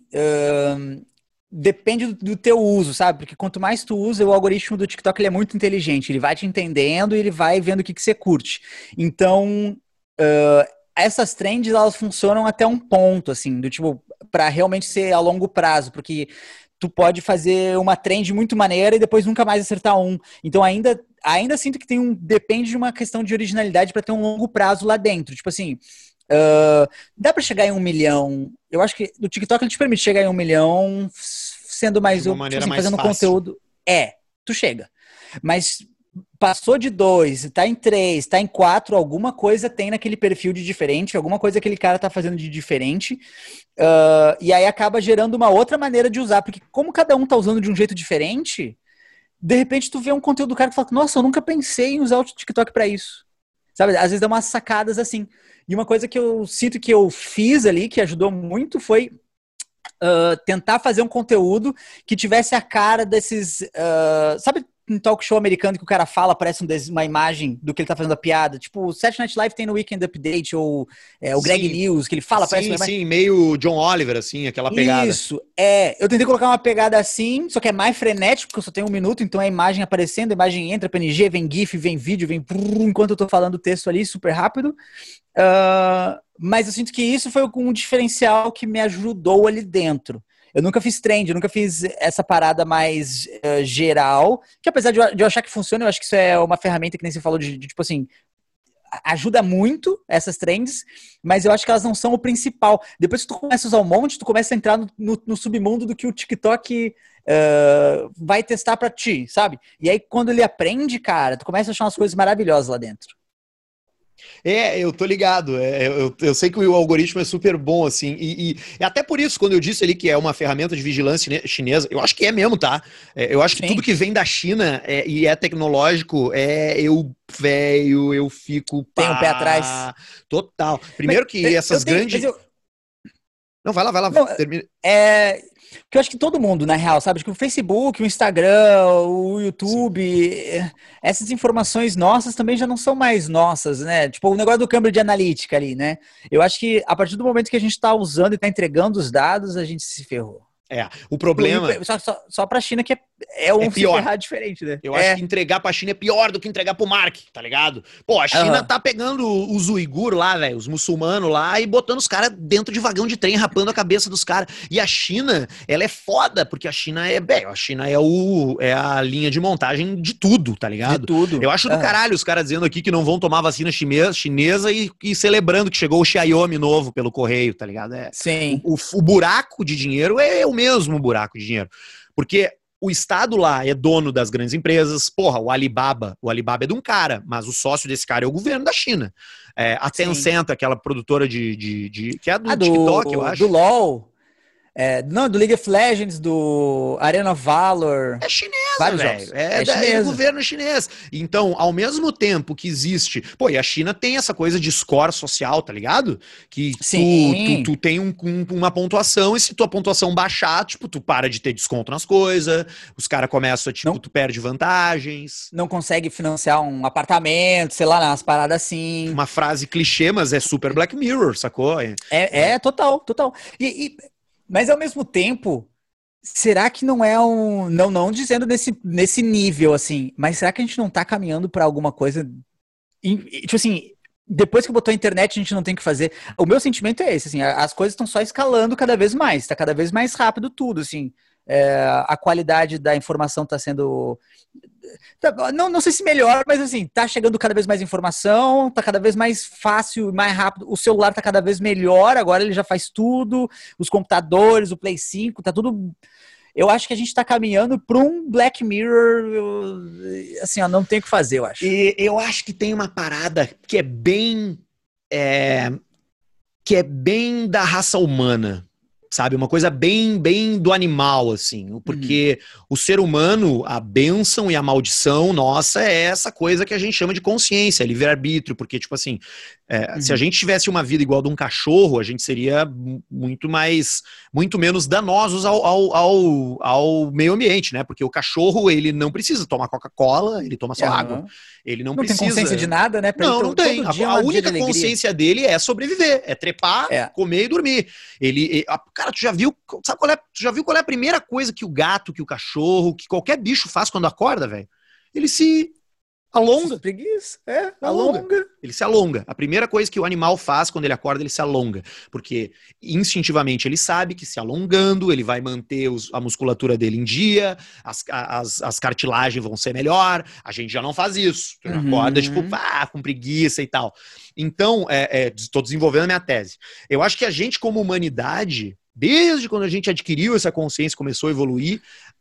depende do teu uso, sabe? Porque quanto mais tu usa, o algoritmo do TikTok ele é muito inteligente. Ele vai te entendendo e ele vai vendo o que você curte. Então, essas trends, elas funcionam até um ponto, assim, do tipo, pra realmente ser a longo prazo, porque tu pode fazer uma trend muito maneira e depois nunca mais acertar um. Então ainda sinto que depende de uma questão de originalidade para ter um longo prazo lá dentro. Tipo assim, dá para chegar em 1 milhão. Eu acho que no TikTok ele te permite chegar em 1 milhão sendo mais, de uma maneira tipo assim, mais fazendo fácil. Conteúdo. Tu chega. Mas passou de 2, tá em 3, tá em 4, alguma coisa tem naquele perfil de diferente, alguma coisa aquele cara tá fazendo de diferente, e aí acaba gerando uma outra maneira de usar, porque como cada um tá usando de um jeito diferente, de repente tu vê um conteúdo do cara que fala, nossa, eu nunca pensei em usar o TikTok pra isso. Sabe, às vezes dá umas sacadas assim. E uma coisa que eu sinto que eu fiz ali, que ajudou muito, foi tentar fazer um conteúdo que tivesse a cara desses... sabe um talk show americano que o cara fala, parece uma imagem do que ele tá fazendo a piada? Tipo, o Saturday Night Live tem no Weekend Update, ou o Greg News, que ele fala, parece uma imagem... Sim, meio John Oliver, assim, aquela pegada. Isso, eu tentei colocar uma pegada assim, só que é mais frenético, porque eu só tenho 1 minuto, então é a imagem aparecendo, a imagem entra, PNG, vem GIF, vem vídeo, vem enquanto eu tô falando o texto ali, super rápido. Mas eu sinto que isso foi um diferencial que me ajudou ali dentro. Eu nunca fiz trend, eu nunca fiz essa parada mais geral, que apesar de eu achar que funciona, eu acho que isso é uma ferramenta que nem você falou de tipo assim, ajuda muito essas trends, mas eu acho que elas não são o principal. Depois que tu começa a usar um monte, tu começa a entrar no submundo do que o TikTok vai testar pra ti, sabe? E aí quando ele aprende, cara, tu começa a achar umas coisas maravilhosas lá dentro. Eu tô ligado. Eu sei que o algoritmo é super bom, assim. E até por isso, quando eu disse ali que é uma ferramenta de vigilância chinesa, eu acho que é mesmo, tá? Eu acho que tudo que vem da China e é tecnológico, eu fico... Tem um pé atrás. Total. Primeiro que essas grandes... Não, vai lá. Não, termina. Porque eu acho que todo mundo, na real, sabe? Tipo, o Facebook, o Instagram, o YouTube, essas informações nossas também já não são mais nossas, né? Tipo, o negócio do Cambridge Analytica ali, né? Eu acho que a partir do momento que a gente tá usando e tá entregando os dados, a gente se ferrou. O problema... Só pra China que é um pior. se ferrar diferente, né? Eu acho que entregar pra China é pior do que entregar pro Mark, tá ligado? Pô, a China tá pegando os uigur lá, velho, os muçulmanos lá, e botando os caras dentro de vagão de trem, rapando a cabeça dos caras. E a China, ela é foda, porque a China é a linha de montagem de tudo, tá ligado? De tudo. Eu acho do caralho os caras dizendo aqui que não vão tomar vacina chinesa e celebrando que chegou o Xiaomi novo pelo correio, tá ligado? Sim. O buraco de dinheiro é o mesmo buraco de dinheiro. Porque o Estado lá é dono das grandes empresas. Porra, o Alibaba é de um cara, mas o sócio desse cara é o governo da China. A Tencent, aquela produtora que é do TikTok, eu acho. Do LoL. Não, do League of Legends, do Arena of Valor. É chinesa, velho. É do governo chinês. Então, ao mesmo tempo que existe... Pô, e a China tem essa coisa de score social, tá ligado? Que tu tem uma pontuação e se tua pontuação baixar, tipo, tu para de ter desconto nas coisas, os caras começam a, tu perde vantagens. Não consegue financiar um apartamento, sei lá, umas paradas assim. Uma frase clichê, mas é super Black Mirror, sacou? Total. Mas ao mesmo tempo, será que não é um... Não dizendo nesse nível, assim, mas será que a gente não tá caminhando pra alguma coisa... Tipo assim, depois que botou a internet, a gente não tem o que fazer. O meu sentimento é esse, assim, as coisas estão só escalando cada vez mais, tá cada vez mais rápido tudo, assim. a qualidade da informação está sendo... Não sei se melhor, mas assim, tá chegando cada vez mais informação, tá cada vez mais fácil e mais rápido. O celular tá cada vez melhor, agora ele já faz tudo, os computadores, o Play 5, tá tudo... Eu acho que a gente tá caminhando para um Black Mirror, assim, ó, não tem o que fazer, eu acho. E eu acho que tem uma parada que é bem da raça humana, sabe? Uma coisa bem do animal, assim. Porque o ser humano, a bênção e a maldição nossa é essa coisa que a gente chama de consciência, livre-arbítrio. Porque, tipo assim, se a gente tivesse uma vida igual a de um cachorro, a gente seria muito menos danosos ao meio ambiente, né? Porque o cachorro, ele não precisa tomar Coca-Cola, ele toma só água. Ele não precisa... tem consciência de nada, né? Não tem. A única consciência dele é sobreviver, é trepar, comer e dormir. Cara, tu já viu qual é a primeira coisa que o gato, que o cachorro, que qualquer bicho faz quando acorda, velho? Ele se alonga. Preguiça, alonga. Ele se alonga. A primeira coisa que o animal faz quando ele acorda, ele se alonga. Porque instintivamente ele sabe que se alongando, ele vai manter a musculatura dele em dia, as cartilagens vão ser melhor. A gente já não faz isso. Tu acorda, tipo, com preguiça e tal. Então, estou desenvolvendo a minha tese. Eu acho que a gente, como humanidade, desde quando a gente adquiriu essa consciência, começou a evoluir,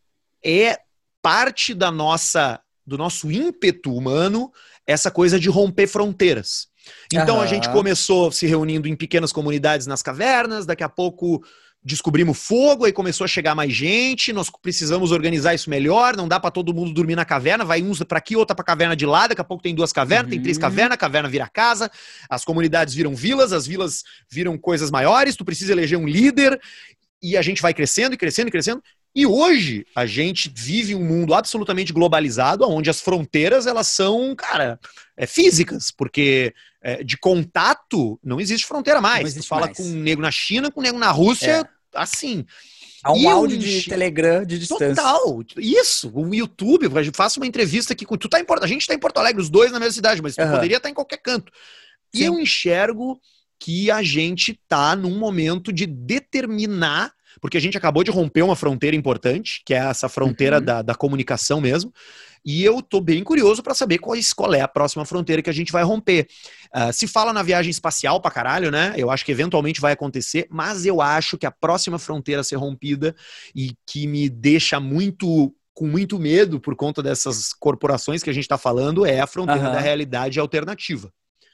é parte do nosso ímpeto humano, essa coisa de romper fronteiras. Então a gente começou se reunindo em pequenas comunidades nas cavernas, daqui a pouco descobrimos fogo, aí começou a chegar mais gente, nós precisamos organizar isso melhor, não dá pra todo mundo dormir na caverna, vai uns pra aqui, outra pra caverna de lá, daqui a pouco tem 2 cavernas, tem 3 cavernas, a caverna vira casa, as comunidades viram vilas, as vilas viram coisas maiores, tu precisa eleger um líder, e a gente vai crescendo e crescendo e crescendo. E hoje a gente vive um mundo absolutamente globalizado, onde as fronteiras elas são, cara, físicas, porque de contato não existe fronteira mais. Tu fala com um nego na China, com um nego na Rússia, assim. Há um áudio de Telegram de distância. Total, isso. O YouTube, eu faço uma entrevista aqui com... A gente tá em Porto Alegre, os dois na mesma cidade, mas tu poderia estar em qualquer canto. Sim. E eu enxergo que a gente tá num momento de determinar, porque a gente acabou de romper uma fronteira importante, que é essa fronteira da comunicação mesmo, e eu tô bem curioso para saber qual é a próxima fronteira que a gente vai romper. Se fala na viagem espacial pra caralho, né? Eu acho que eventualmente vai acontecer, mas eu acho que a próxima fronteira a ser rompida, e que me deixa com muito medo por conta dessas corporações que a gente tá falando, é a fronteira da realidade alternativa.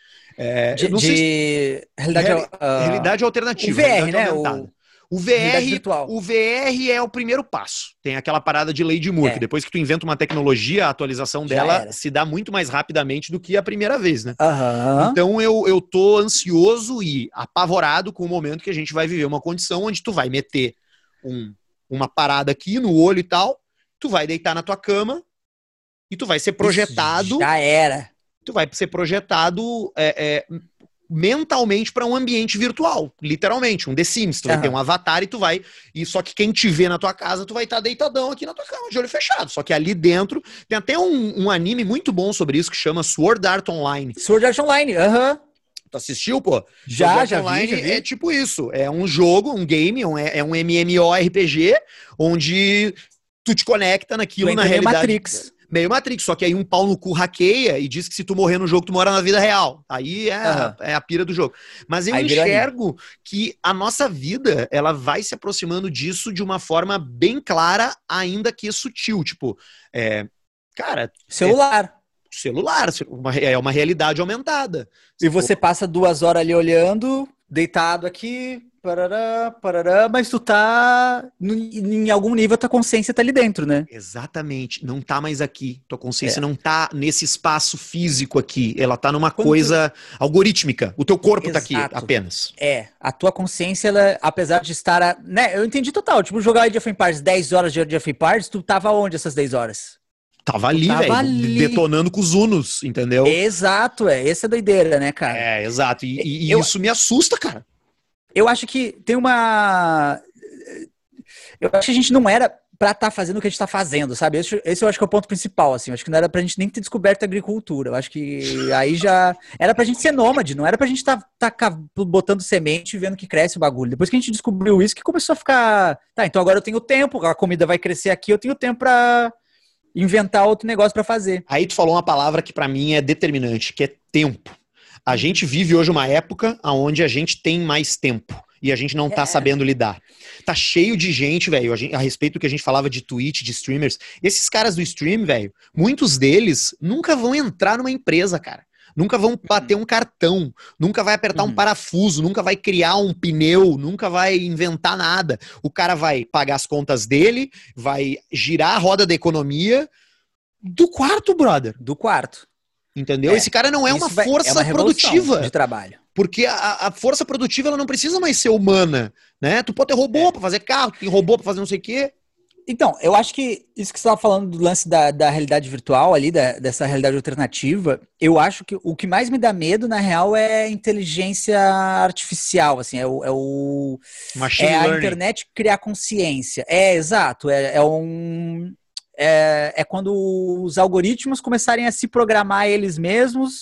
Realidade alternativa. O VR, né? O VR é o primeiro passo. Tem aquela parada de lei de Moore, que depois que tu inventa uma tecnologia, a atualização dela se dá muito mais rapidamente do que a primeira vez, né? Então eu tô ansioso e apavorado com o momento que a gente vai viver uma condição onde tu vai meter uma parada aqui no olho e tal, tu vai deitar na tua cama e tu vai ser projetado... Isso já era. Tu vai ser projetado mentalmente para um ambiente virtual, literalmente, um The Sims. Tu vai ter um avatar e só que quem te vê na tua casa, tu vai estar deitadão aqui na tua cama, de olho fechado. Só que ali dentro, tem até um anime muito bom sobre isso, que chama Sword Art Online. Sword Art Online, Tu assistiu, pô? Já Online vi. É tipo isso, é um jogo, um game, é um MMORPG, onde tu te conecta naquilo na realidade. Matrix. Meio Matrix, só que aí um pau no cu hackeia e diz que se tu morrer no jogo, tu mora na vida real. Aí é a pira do jogo. Mas eu enxergo que a nossa vida, ela vai se aproximando disso de uma forma bem clara, ainda que sutil. Tipo, cara... Celular, é uma realidade aumentada. E você passa 2 horas ali olhando, deitado aqui... Parará, mas tu tá em algum nível, a tua consciência tá ali dentro, né? Exatamente, não tá mais aqui. Tua consciência não tá nesse espaço físico aqui, ela tá numa coisa algorítmica. O teu corpo tá aqui apenas. A tua consciência, ela, apesar de estar, né? Eu entendi total, tipo, jogar Age of Empires, 10 horas de Age of Empires, tu tava onde essas 10 horas? Tava ali, velho, detonando com os Unos, entendeu? Exato, essa é a doideira, né, cara? Exato, e isso me assusta, cara. Eu acho que tem uma... Eu acho que a gente não era pra estar fazendo o que a gente tá fazendo, sabe? Esse eu acho que é o ponto principal, assim. Eu acho que não era pra gente nem ter descoberto a agricultura. Eu acho que aí já... Era pra gente ser nômade, não era pra gente tá botando semente e vendo que cresce o bagulho. Depois que a gente descobriu isso, que começou a ficar... Tá, então agora eu tenho tempo, a comida vai crescer aqui, eu tenho tempo pra inventar outro negócio pra fazer. Aí tu falou uma palavra que pra mim é determinante, que é tempo. A gente vive hoje uma época onde a gente tem mais tempo e a gente não tá sabendo lidar. Tá cheio de gente, velho, a respeito do que a gente falava de Twitch, de streamers. Esses caras do stream, velho, muitos deles nunca vão entrar numa empresa, cara. Nunca vão bater um cartão, nunca vai apertar um parafuso, nunca vai criar um pneu, nunca vai inventar nada. O cara vai pagar as contas dele, vai girar a roda da economia do quarto, brother. Do quarto. Entendeu? Esse cara não é uma força produtiva de trabalho. Porque a força produtiva ela não precisa mais ser humana, né? Tu pode ter robô pra fazer carro, tem robô pra fazer não sei o quê. Então, eu acho que isso que você estava falando do lance da realidade virtual ali, dessa realidade alternativa, eu acho que o que mais me dá medo, na real, é a inteligência artificial, assim, Machine a learning. internet criar consciência. Exato, é quando os algoritmos começarem a se programar eles mesmos,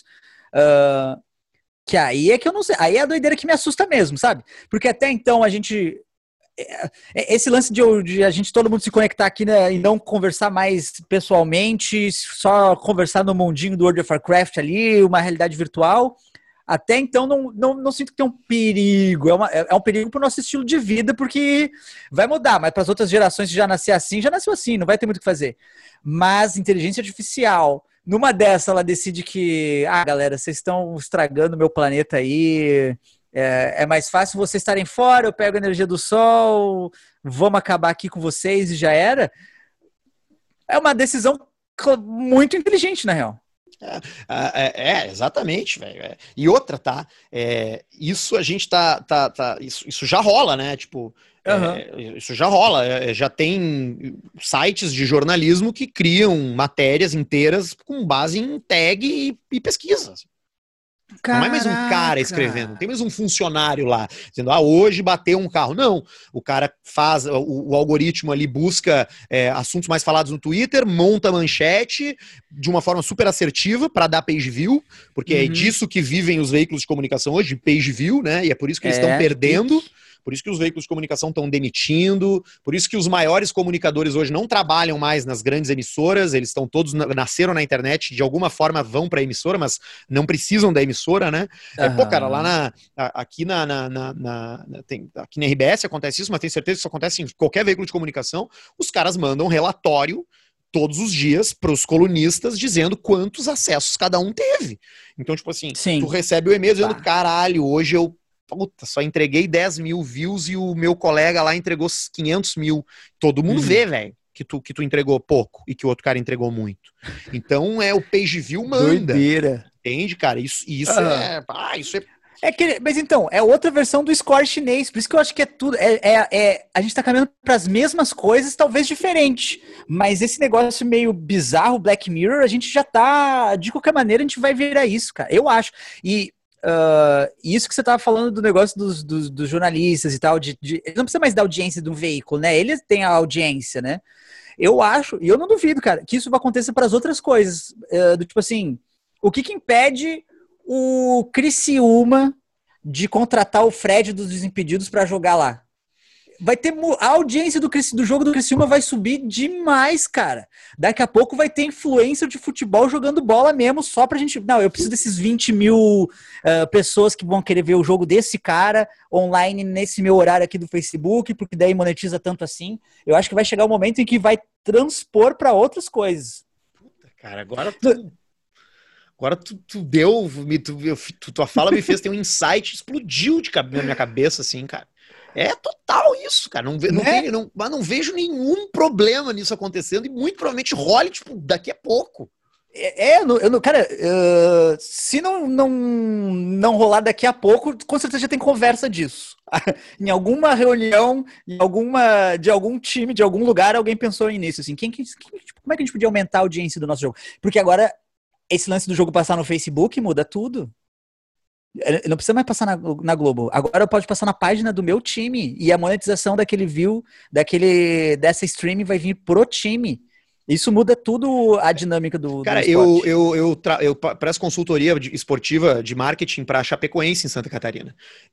que aí é que eu não sei, aí é a doideira que me assusta mesmo, sabe? Porque até então a gente... Esse lance de a gente, todo mundo se conectar aqui, né, e não conversar mais pessoalmente, só conversar no mundinho do World of Warcraft ali, uma realidade virtual, até então não sinto que tem um perigo, é um perigo pro nosso estilo de vida, porque vai mudar, mas para as outras gerações que já nasceu assim, não vai ter muito o que fazer. Mas inteligência artificial, numa dessa ela decide que, galera, vocês estão estragando meu planeta aí, é mais fácil vocês estarem fora, eu pego a energia do sol, vamos acabar aqui com vocês e já era. É uma decisão muito inteligente, na real. Exatamente, velho. E outra, tá? Isso a gente isso já rola, né? Tipo, isso já rola. Já tem sites de jornalismo que criam matérias inteiras com base em tag e pesquisa. Caraca. Não é mais um cara escrevendo, não tem mais um funcionário lá, dizendo, hoje bateu um carro. Não, o cara faz, o algoritmo ali busca assuntos mais falados no Twitter, monta manchete de uma forma super assertiva para dar page view, porque é disso que vivem os veículos de comunicação hoje, de page view, né? E é por isso que eles estão perdendo. Por isso que os veículos de comunicação estão demitindo, por isso que os maiores comunicadores hoje não trabalham mais nas grandes emissoras, eles estão todos, nasceram na internet, de alguma forma vão para a emissora, mas não precisam da emissora, né? Cara, lá aqui aqui na RBS acontece isso, mas tenho certeza que isso acontece em qualquer veículo de comunicação, os caras mandam um relatório todos os dias para os colunistas dizendo quantos acessos cada um teve. Então, tipo assim, tu recebe o e-mail dizendo, caralho, hoje eu só entreguei 10 mil views e o meu colega lá entregou 500 mil. Todo mundo vê, velho, que tu entregou pouco e que o outro cara entregou muito. Então, o page view manda. Doideira. Entende, cara? Isso mas então, é outra versão do score chinês, por isso que eu acho que é tudo. A gente tá caminhando para as mesmas coisas, talvez diferente. Mas esse negócio meio bizarro, Black Mirror, a gente já tá. De qualquer maneira, a gente vai virar isso, cara. Eu acho. E isso que você tava falando do negócio dos jornalistas e tal, ele não precisa mais da audiência do veículo, né? Eles têm a audiência, né? Eu acho, e eu não duvido, cara, que isso vai acontecer para as outras coisas. Do tipo assim, o que impede o Criciúma de contratar o Fred dos Desimpedidos para jogar lá? Vai ter a audiência do jogo do Criciúma vai subir demais, cara. Daqui a pouco vai ter influencer de futebol jogando bola mesmo, só pra gente... Não, eu preciso desses 20 mil pessoas que vão querer ver o jogo desse cara online nesse meu horário aqui do Facebook, porque daí monetiza tanto assim. Eu acho que vai chegar o momento em que vai transpor pra outras coisas. Puta, cara, agora tu deu... Tua fala me fez ter um insight, explodiu na minha cabeça, assim, cara. É total isso, cara. Não vejo nenhum problema nisso acontecendo e muito provavelmente role, tipo, daqui a pouco. Cara, se não rolar daqui a pouco, com certeza já tem conversa disso. Em alguma reunião, de algum time, de algum lugar, alguém pensou nisso, assim, como é que a gente podia aumentar a audiência do nosso jogo? Porque agora, esse lance do jogo passar no Facebook muda tudo. Não precisa mais passar na Globo. Agora pode passar na página do meu time. E a monetização daquele view, dessa streaming vai vir pro time. Isso muda tudo a dinâmica do Cara, esporte. eu presto consultoria esportiva de marketing para Chapecoense, em Santa Catarina.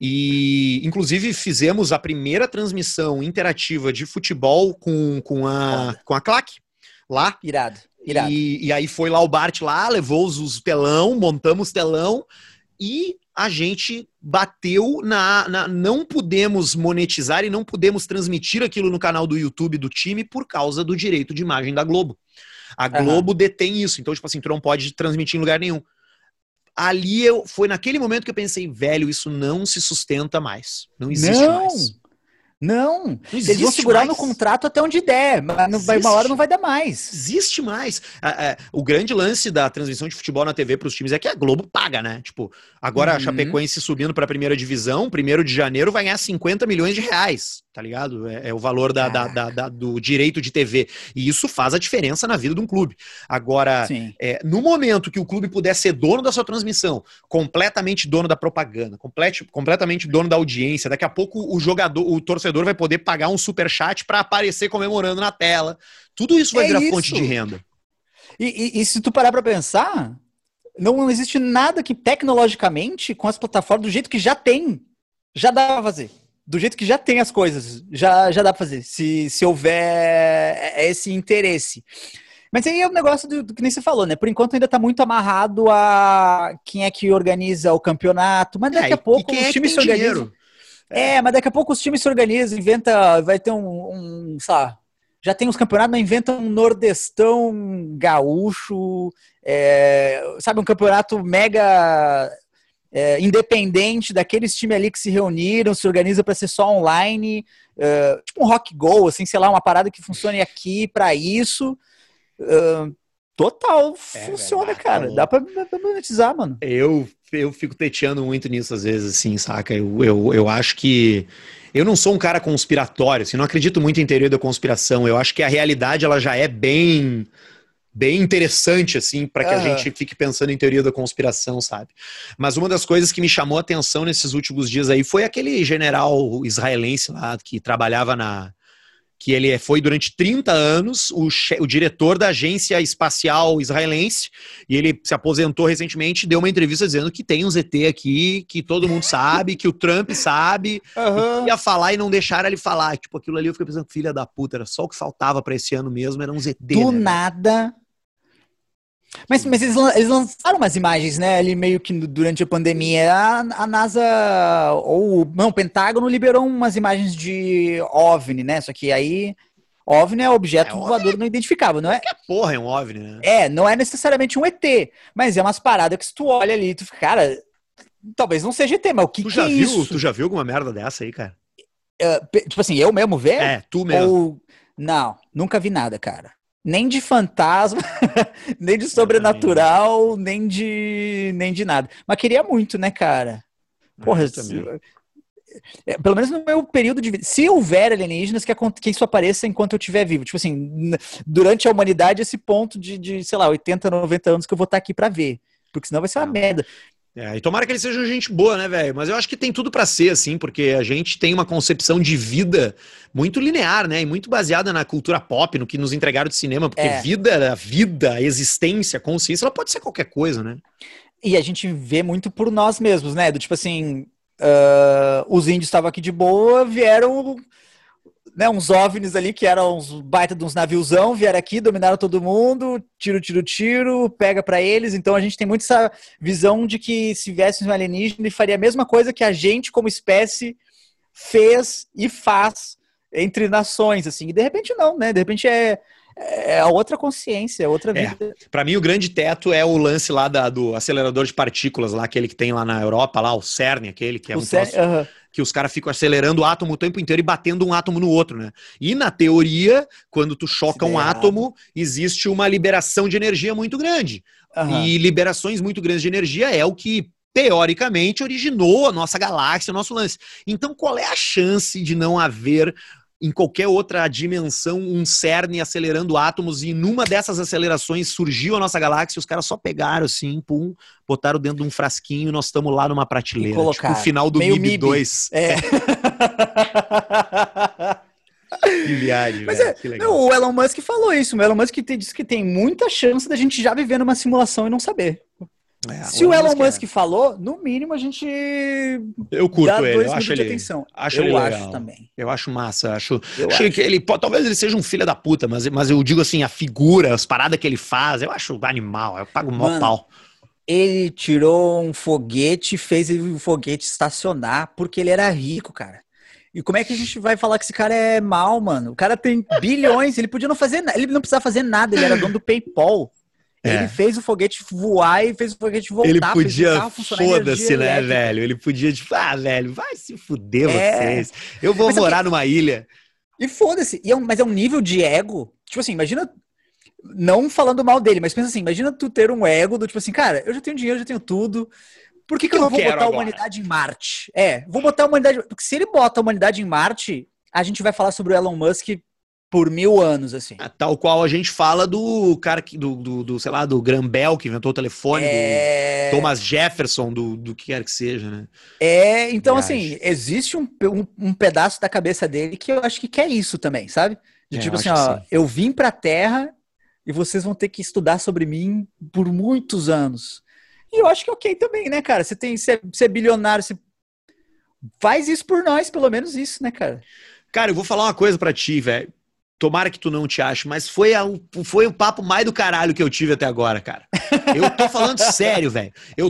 E, inclusive, fizemos a primeira transmissão interativa de futebol com a Claque lá. Irado. E aí foi lá o Bart lá, levou os telão, montamos telão e a gente bateu não pudemos monetizar e não pudemos transmitir aquilo no canal do YouTube do time por causa do direito de imagem da Globo. A Globo detém isso, então, tipo assim, tu não pode transmitir em lugar nenhum. Ali foi naquele momento que eu pensei, velho, isso não se sustenta mais. Não existe mais. Não, eles vão segurar no contrato até onde der, mas uma hora não vai dar mais. Existe mais. O grande lance da transmissão de futebol na TV para os times é que a Globo paga, né? Tipo, agora a Chapecoense subindo para a primeira divisão, 1º de janeiro vai ganhar 50 milhões de reais, tá ligado? É o valor do direito de TV. E isso faz a diferença na vida de um clube. Agora, no momento que o clube puder ser dono da sua transmissão, completamente dono da propaganda, completamente dono da audiência, daqui a pouco o torcedor vai poder pagar um superchat para aparecer comemorando na tela. Tudo isso vai virar fonte de renda. E se tu parar para pensar, não existe nada que tecnologicamente, com as plataformas, do jeito que já tem, já dá pra fazer. Do jeito que já tem as coisas, já dá pra fazer. Se houver esse interesse. Mas aí é um negócio do que nem você falou, né? Por enquanto ainda tá muito amarrado a quem é que organiza o campeonato, mas daqui a pouco os times se organizam. Mas daqui a pouco os times se organizam, vai ter sei lá, já tem os campeonatos, mas inventa um nordestão gaúcho, sabe, um campeonato mega independente daqueles times ali que se reuniram, se organiza para ser só online, tipo um Rock Go, assim, sei lá, uma parada que funcione aqui para isso. Total, funciona, velho, cara. Dá pra monetizar, mano. Eu fico teteando muito nisso às vezes, assim, saca? Eu acho que... Eu não sou um cara conspiratório, assim, não acredito muito em teoria da conspiração. Eu acho que a realidade, ela já é bem interessante, assim, para que a gente fique pensando em teoria da conspiração, sabe? Mas uma das coisas que me chamou a atenção nesses últimos dias aí foi aquele general israelense lá, que trabalhava que ele foi durante 30 anos o diretor da agência espacial israelense, e ele se aposentou recentemente e deu uma entrevista dizendo que tem um ZT aqui, que todo mundo sabe, que o Trump sabe, e ia falar e não deixaram ele falar. Tipo, aquilo ali eu fiquei pensando, filha da puta, era só o que faltava pra esse ano mesmo, era um ZT. Do nada... Mas eles lançaram umas imagens, né, ali meio que durante a pandemia. A NASA, o Pentágono liberou umas imagens de OVNI, né? Só que aí, OVNI é objeto voador não identificável, não é? Que porra é um OVNI, né? Não é necessariamente um ET, mas é umas paradas que se tu olha ali, tu fica, cara, talvez não seja ET, mas o que é isso? Tu já viu alguma merda dessa aí, cara? Tipo assim, eu mesmo ver? Tu mesmo. Não, nunca vi nada, cara. Nem de fantasma, nem de sobrenatural, nem de nada. Mas queria muito, né, cara? Porra, pelo menos no meu período de vida. Se houver alienígenas, que isso apareça enquanto eu estiver vivo. Tipo assim, durante a humanidade, esse ponto de, sei lá, 80, 90 anos que eu vou estar aqui pra ver. Porque senão vai ser uma merda. E tomara que eles sejam gente boa, né, velho? Mas eu acho que tem tudo pra ser, assim, porque a gente tem uma concepção de vida muito linear, né? E muito baseada na cultura pop, no que nos entregaram de cinema, porque vida, existência, consciência, ela pode ser qualquer coisa, né? E a gente vê muito por nós mesmos, né? Do tipo assim, os índios estavam aqui de boa, vieram... Né, uns OVNIs ali, que eram uns baita de uns naviozão, vieram aqui, dominaram todo mundo, tiro, pega pra eles. Então a gente tem muito essa visão de que se viesse um alienígena, ele faria a mesma coisa que a gente, como espécie, fez e faz entre nações, assim. E de repente não, né? De repente é a outra consciência, outra vida. Pra mim, o grande teto é o lance lá do acelerador de partículas, lá, aquele que tem lá na Europa, lá, o CERN, aquele que é que os caras ficam acelerando o átomo o tempo inteiro e batendo um átomo no outro, né? E na teoria, quando tu choca um átomo, existe uma liberação de energia muito grande. E liberações muito grandes de energia é o que, teoricamente, originou a nossa galáxia, o nosso lance. Então, qual é a chance de não haver em qualquer outra dimensão um CERN acelerando átomos e numa dessas acelerações surgiu a nossa galáxia e os caras só pegaram assim, pum, botaram dentro de um frasquinho e nós estamos lá numa prateleira. Tipo o final do MIB 2. É. Que viagem, Mas velho, que legal. o Elon Musk falou isso. O Elon Musk disse que tem muita chance da gente já viver numa simulação e não saber. Se o Elon Musk falou, no mínimo a gente eu curto ele, eu acho ele, atenção. Eu acho também. Eu acho massa, acho que ele talvez ele seja um filho da puta, mas eu digo assim, a figura, as paradas que ele faz, eu acho animal, eu pago mó pau. Ele tirou um foguete, fez o foguete estacionar porque ele era rico, cara. E como é que a gente vai falar que esse cara é mal, mano? O cara tem bilhões, ele podia não fazer nada, ele não precisava fazer nada, ele era dono do PayPal. Ele fez o foguete voar e fez o foguete voltar. Ele podia, foda-se, né, velho? Ele podia, tipo, velho, vai se fuder vocês. Eu vou morar numa ilha. E foda-se. Mas é um nível de ego. Tipo assim, imagina, não falando mal dele, mas pensa assim, imagina tu ter um ego do tipo assim, cara, eu já tenho dinheiro, já tenho tudo. Por que eu não vou botar a humanidade em Marte? Vou botar a humanidade... Porque se ele bota a humanidade em Marte, a gente vai falar sobre o Elon Musk por 1000 anos, assim. Tal qual a gente fala do cara sei lá, do Graham Bell, que inventou o telefone, do Thomas Jefferson, do que quer que seja, né? Então, assim, existe um pedaço da cabeça dele que eu acho que quer isso também, sabe? De tipo assim, ó, eu vim pra Terra e vocês vão ter que estudar sobre mim por muitos anos. E eu acho que é ok também, né, cara? Você é bilionário, você faz isso por nós, pelo menos isso, né, cara? Cara, eu vou falar uma coisa pra ti, velho. Tomara que tu não te ache, mas foi o papo mais do caralho que eu tive até agora, cara. Eu tô falando sério, velho. Eu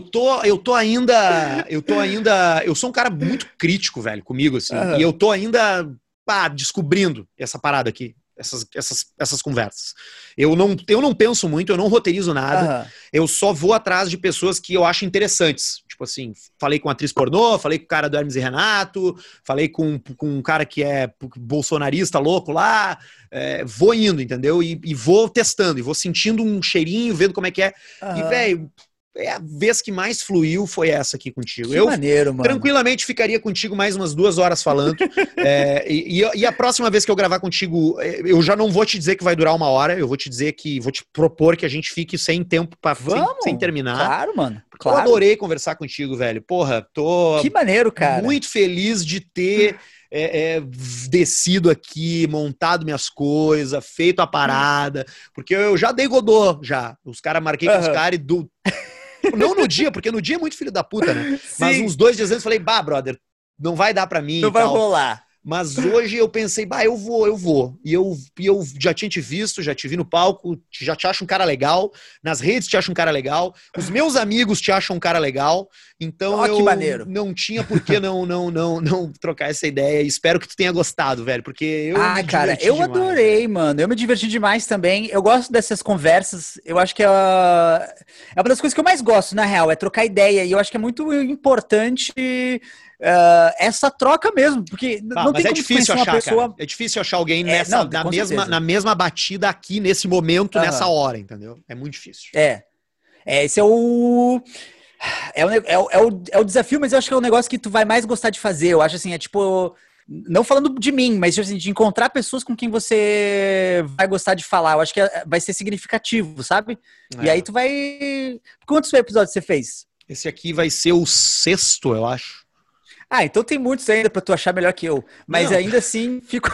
sou um cara muito crítico, velho, comigo, assim. E eu tô ainda descobrindo essa parada aqui. Essas conversas. Eu não penso muito, eu não roteirizo nada. Eu só vou atrás de pessoas que eu acho interessantes. Tipo assim, falei com a atriz pornô, falei com o cara do Hermes e Renato, falei com um cara que é bolsonarista louco lá. Vou indo, entendeu? E vou testando, e vou sentindo um cheirinho, vendo como é que é. E, velho, a vez que mais fluiu foi essa aqui contigo. Que maneiro, mano. Tranquilamente ficaria contigo mais umas 2 horas falando. E a próxima vez que eu gravar contigo, eu já não vou te dizer que vai durar 1 hora, eu vou te dizer que vou te propor que a gente fique sem tempo sem terminar. Claro, mano. Claro. Eu adorei conversar contigo, velho. Porra, tô que maneiro, cara. Muito feliz de ter descido aqui, montado minhas coisas, feito a parada, porque eu já dei godô, já. Os caras, marquei com os caras e não no dia, porque no dia é muito filho da puta, né? Sim. Mas uns 2 dias antes eu falei, brother, não vai dar pra mim. Não vai rolar. Mas hoje eu pensei, eu vou. E eu já tinha te visto, já te vi no palco, já te acho um cara legal. Nas redes te acho um cara legal. Os meus amigos te acham um cara legal. Então eu não tinha por que não trocar essa ideia. E espero que tu tenha gostado, velho. Porque eu me cara, diverti demais, adorei, velho. Mano. Eu me diverti demais também. Eu gosto dessas conversas. Eu acho que é uma das coisas que eu mais gosto, na real, é trocar ideia. E eu acho que é muito importante... essa troca mesmo, porque não tem como difícil achar, pessoa... cara. É difícil achar alguém na mesma batida aqui, nesse momento, nessa hora, entendeu? É muito difícil. Esse é o desafio, mas eu acho que é o negócio que tu vai mais gostar de fazer. Eu acho assim, não falando de mim, mas assim, de encontrar pessoas com quem você vai gostar de falar. Eu acho que vai ser significativo, sabe? E aí tu vai... Quantos episódios você fez? Esse aqui vai ser o 6º, eu acho. Então tem muitos ainda pra tu achar melhor que eu. Mas ainda assim, fico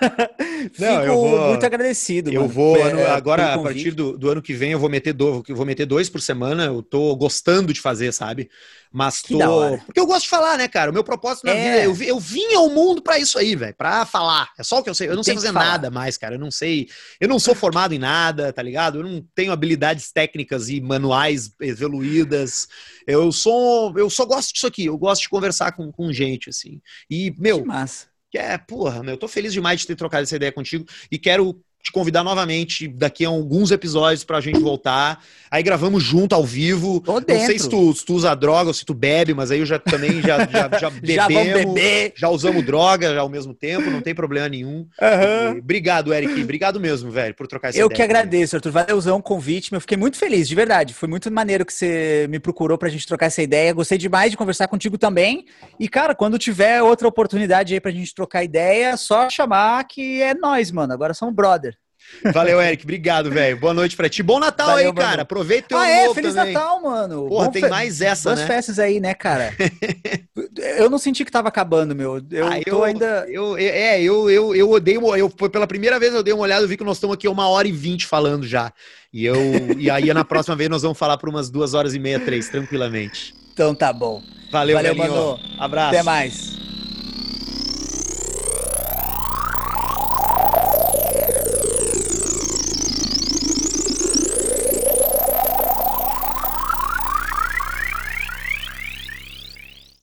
muito agradecido. Eu vou, agora, a partir do ano que vem, eu vou meter 2 por semana. Eu tô gostando de fazer, sabe? Mas porque eu gosto de falar, né, cara? O meu propósito na vida, eu vim ao mundo pra isso aí, velho. Pra falar. É só o que eu sei. Eu não sei fazer nada mais, cara. Eu não sou formado em nada, tá ligado? Eu não tenho habilidades técnicas e manuais evoluídas. Eu só gosto disso aqui. Eu gosto de conversar com gente, assim. E, meu... Que massa. Eu tô feliz demais de ter trocado essa ideia contigo e quero te convidar novamente daqui a alguns episódios pra gente voltar. Aí gravamos junto, ao vivo. Tô Não dentro. sei se tu usa droga ou se tu bebe, mas aí eu já também já bebemos, Já vamos beber. já usamos droga já ao mesmo tempo, não tem problema nenhum. Aham. E obrigado, Eric. Obrigado mesmo, velho, por trocar essa Eu ideia. que agradeço, Arthur. Valeuzão o convite. Eu fiquei muito feliz, de verdade. Foi muito maneiro que você me procurou pra gente trocar essa ideia. Gostei demais de conversar contigo também. E, cara, quando tiver outra oportunidade aí pra gente trocar ideia, só chamar que é nós, mano. Agora somos brother. Valeu, Eric. Obrigado, velho. Boa noite pra ti. Bom Natal. Valeu, aí, cara. mano. Aproveita o teu ano novo Feliz também. Natal, mano. Porra, tem mais essa, boas né? festas aí, né, cara? Eu não senti que tava acabando, meu. Eu tô ainda... Eu odeio. Pela primeira vez eu dei uma olhada, eu vi que nós estamos aqui 1h20 falando já. E aí na próxima vez nós vamos falar por umas 2h30, 3, tranquilamente. Então tá bom. Valeu, Valeu, velhinho. mano. Abraço. Até mais.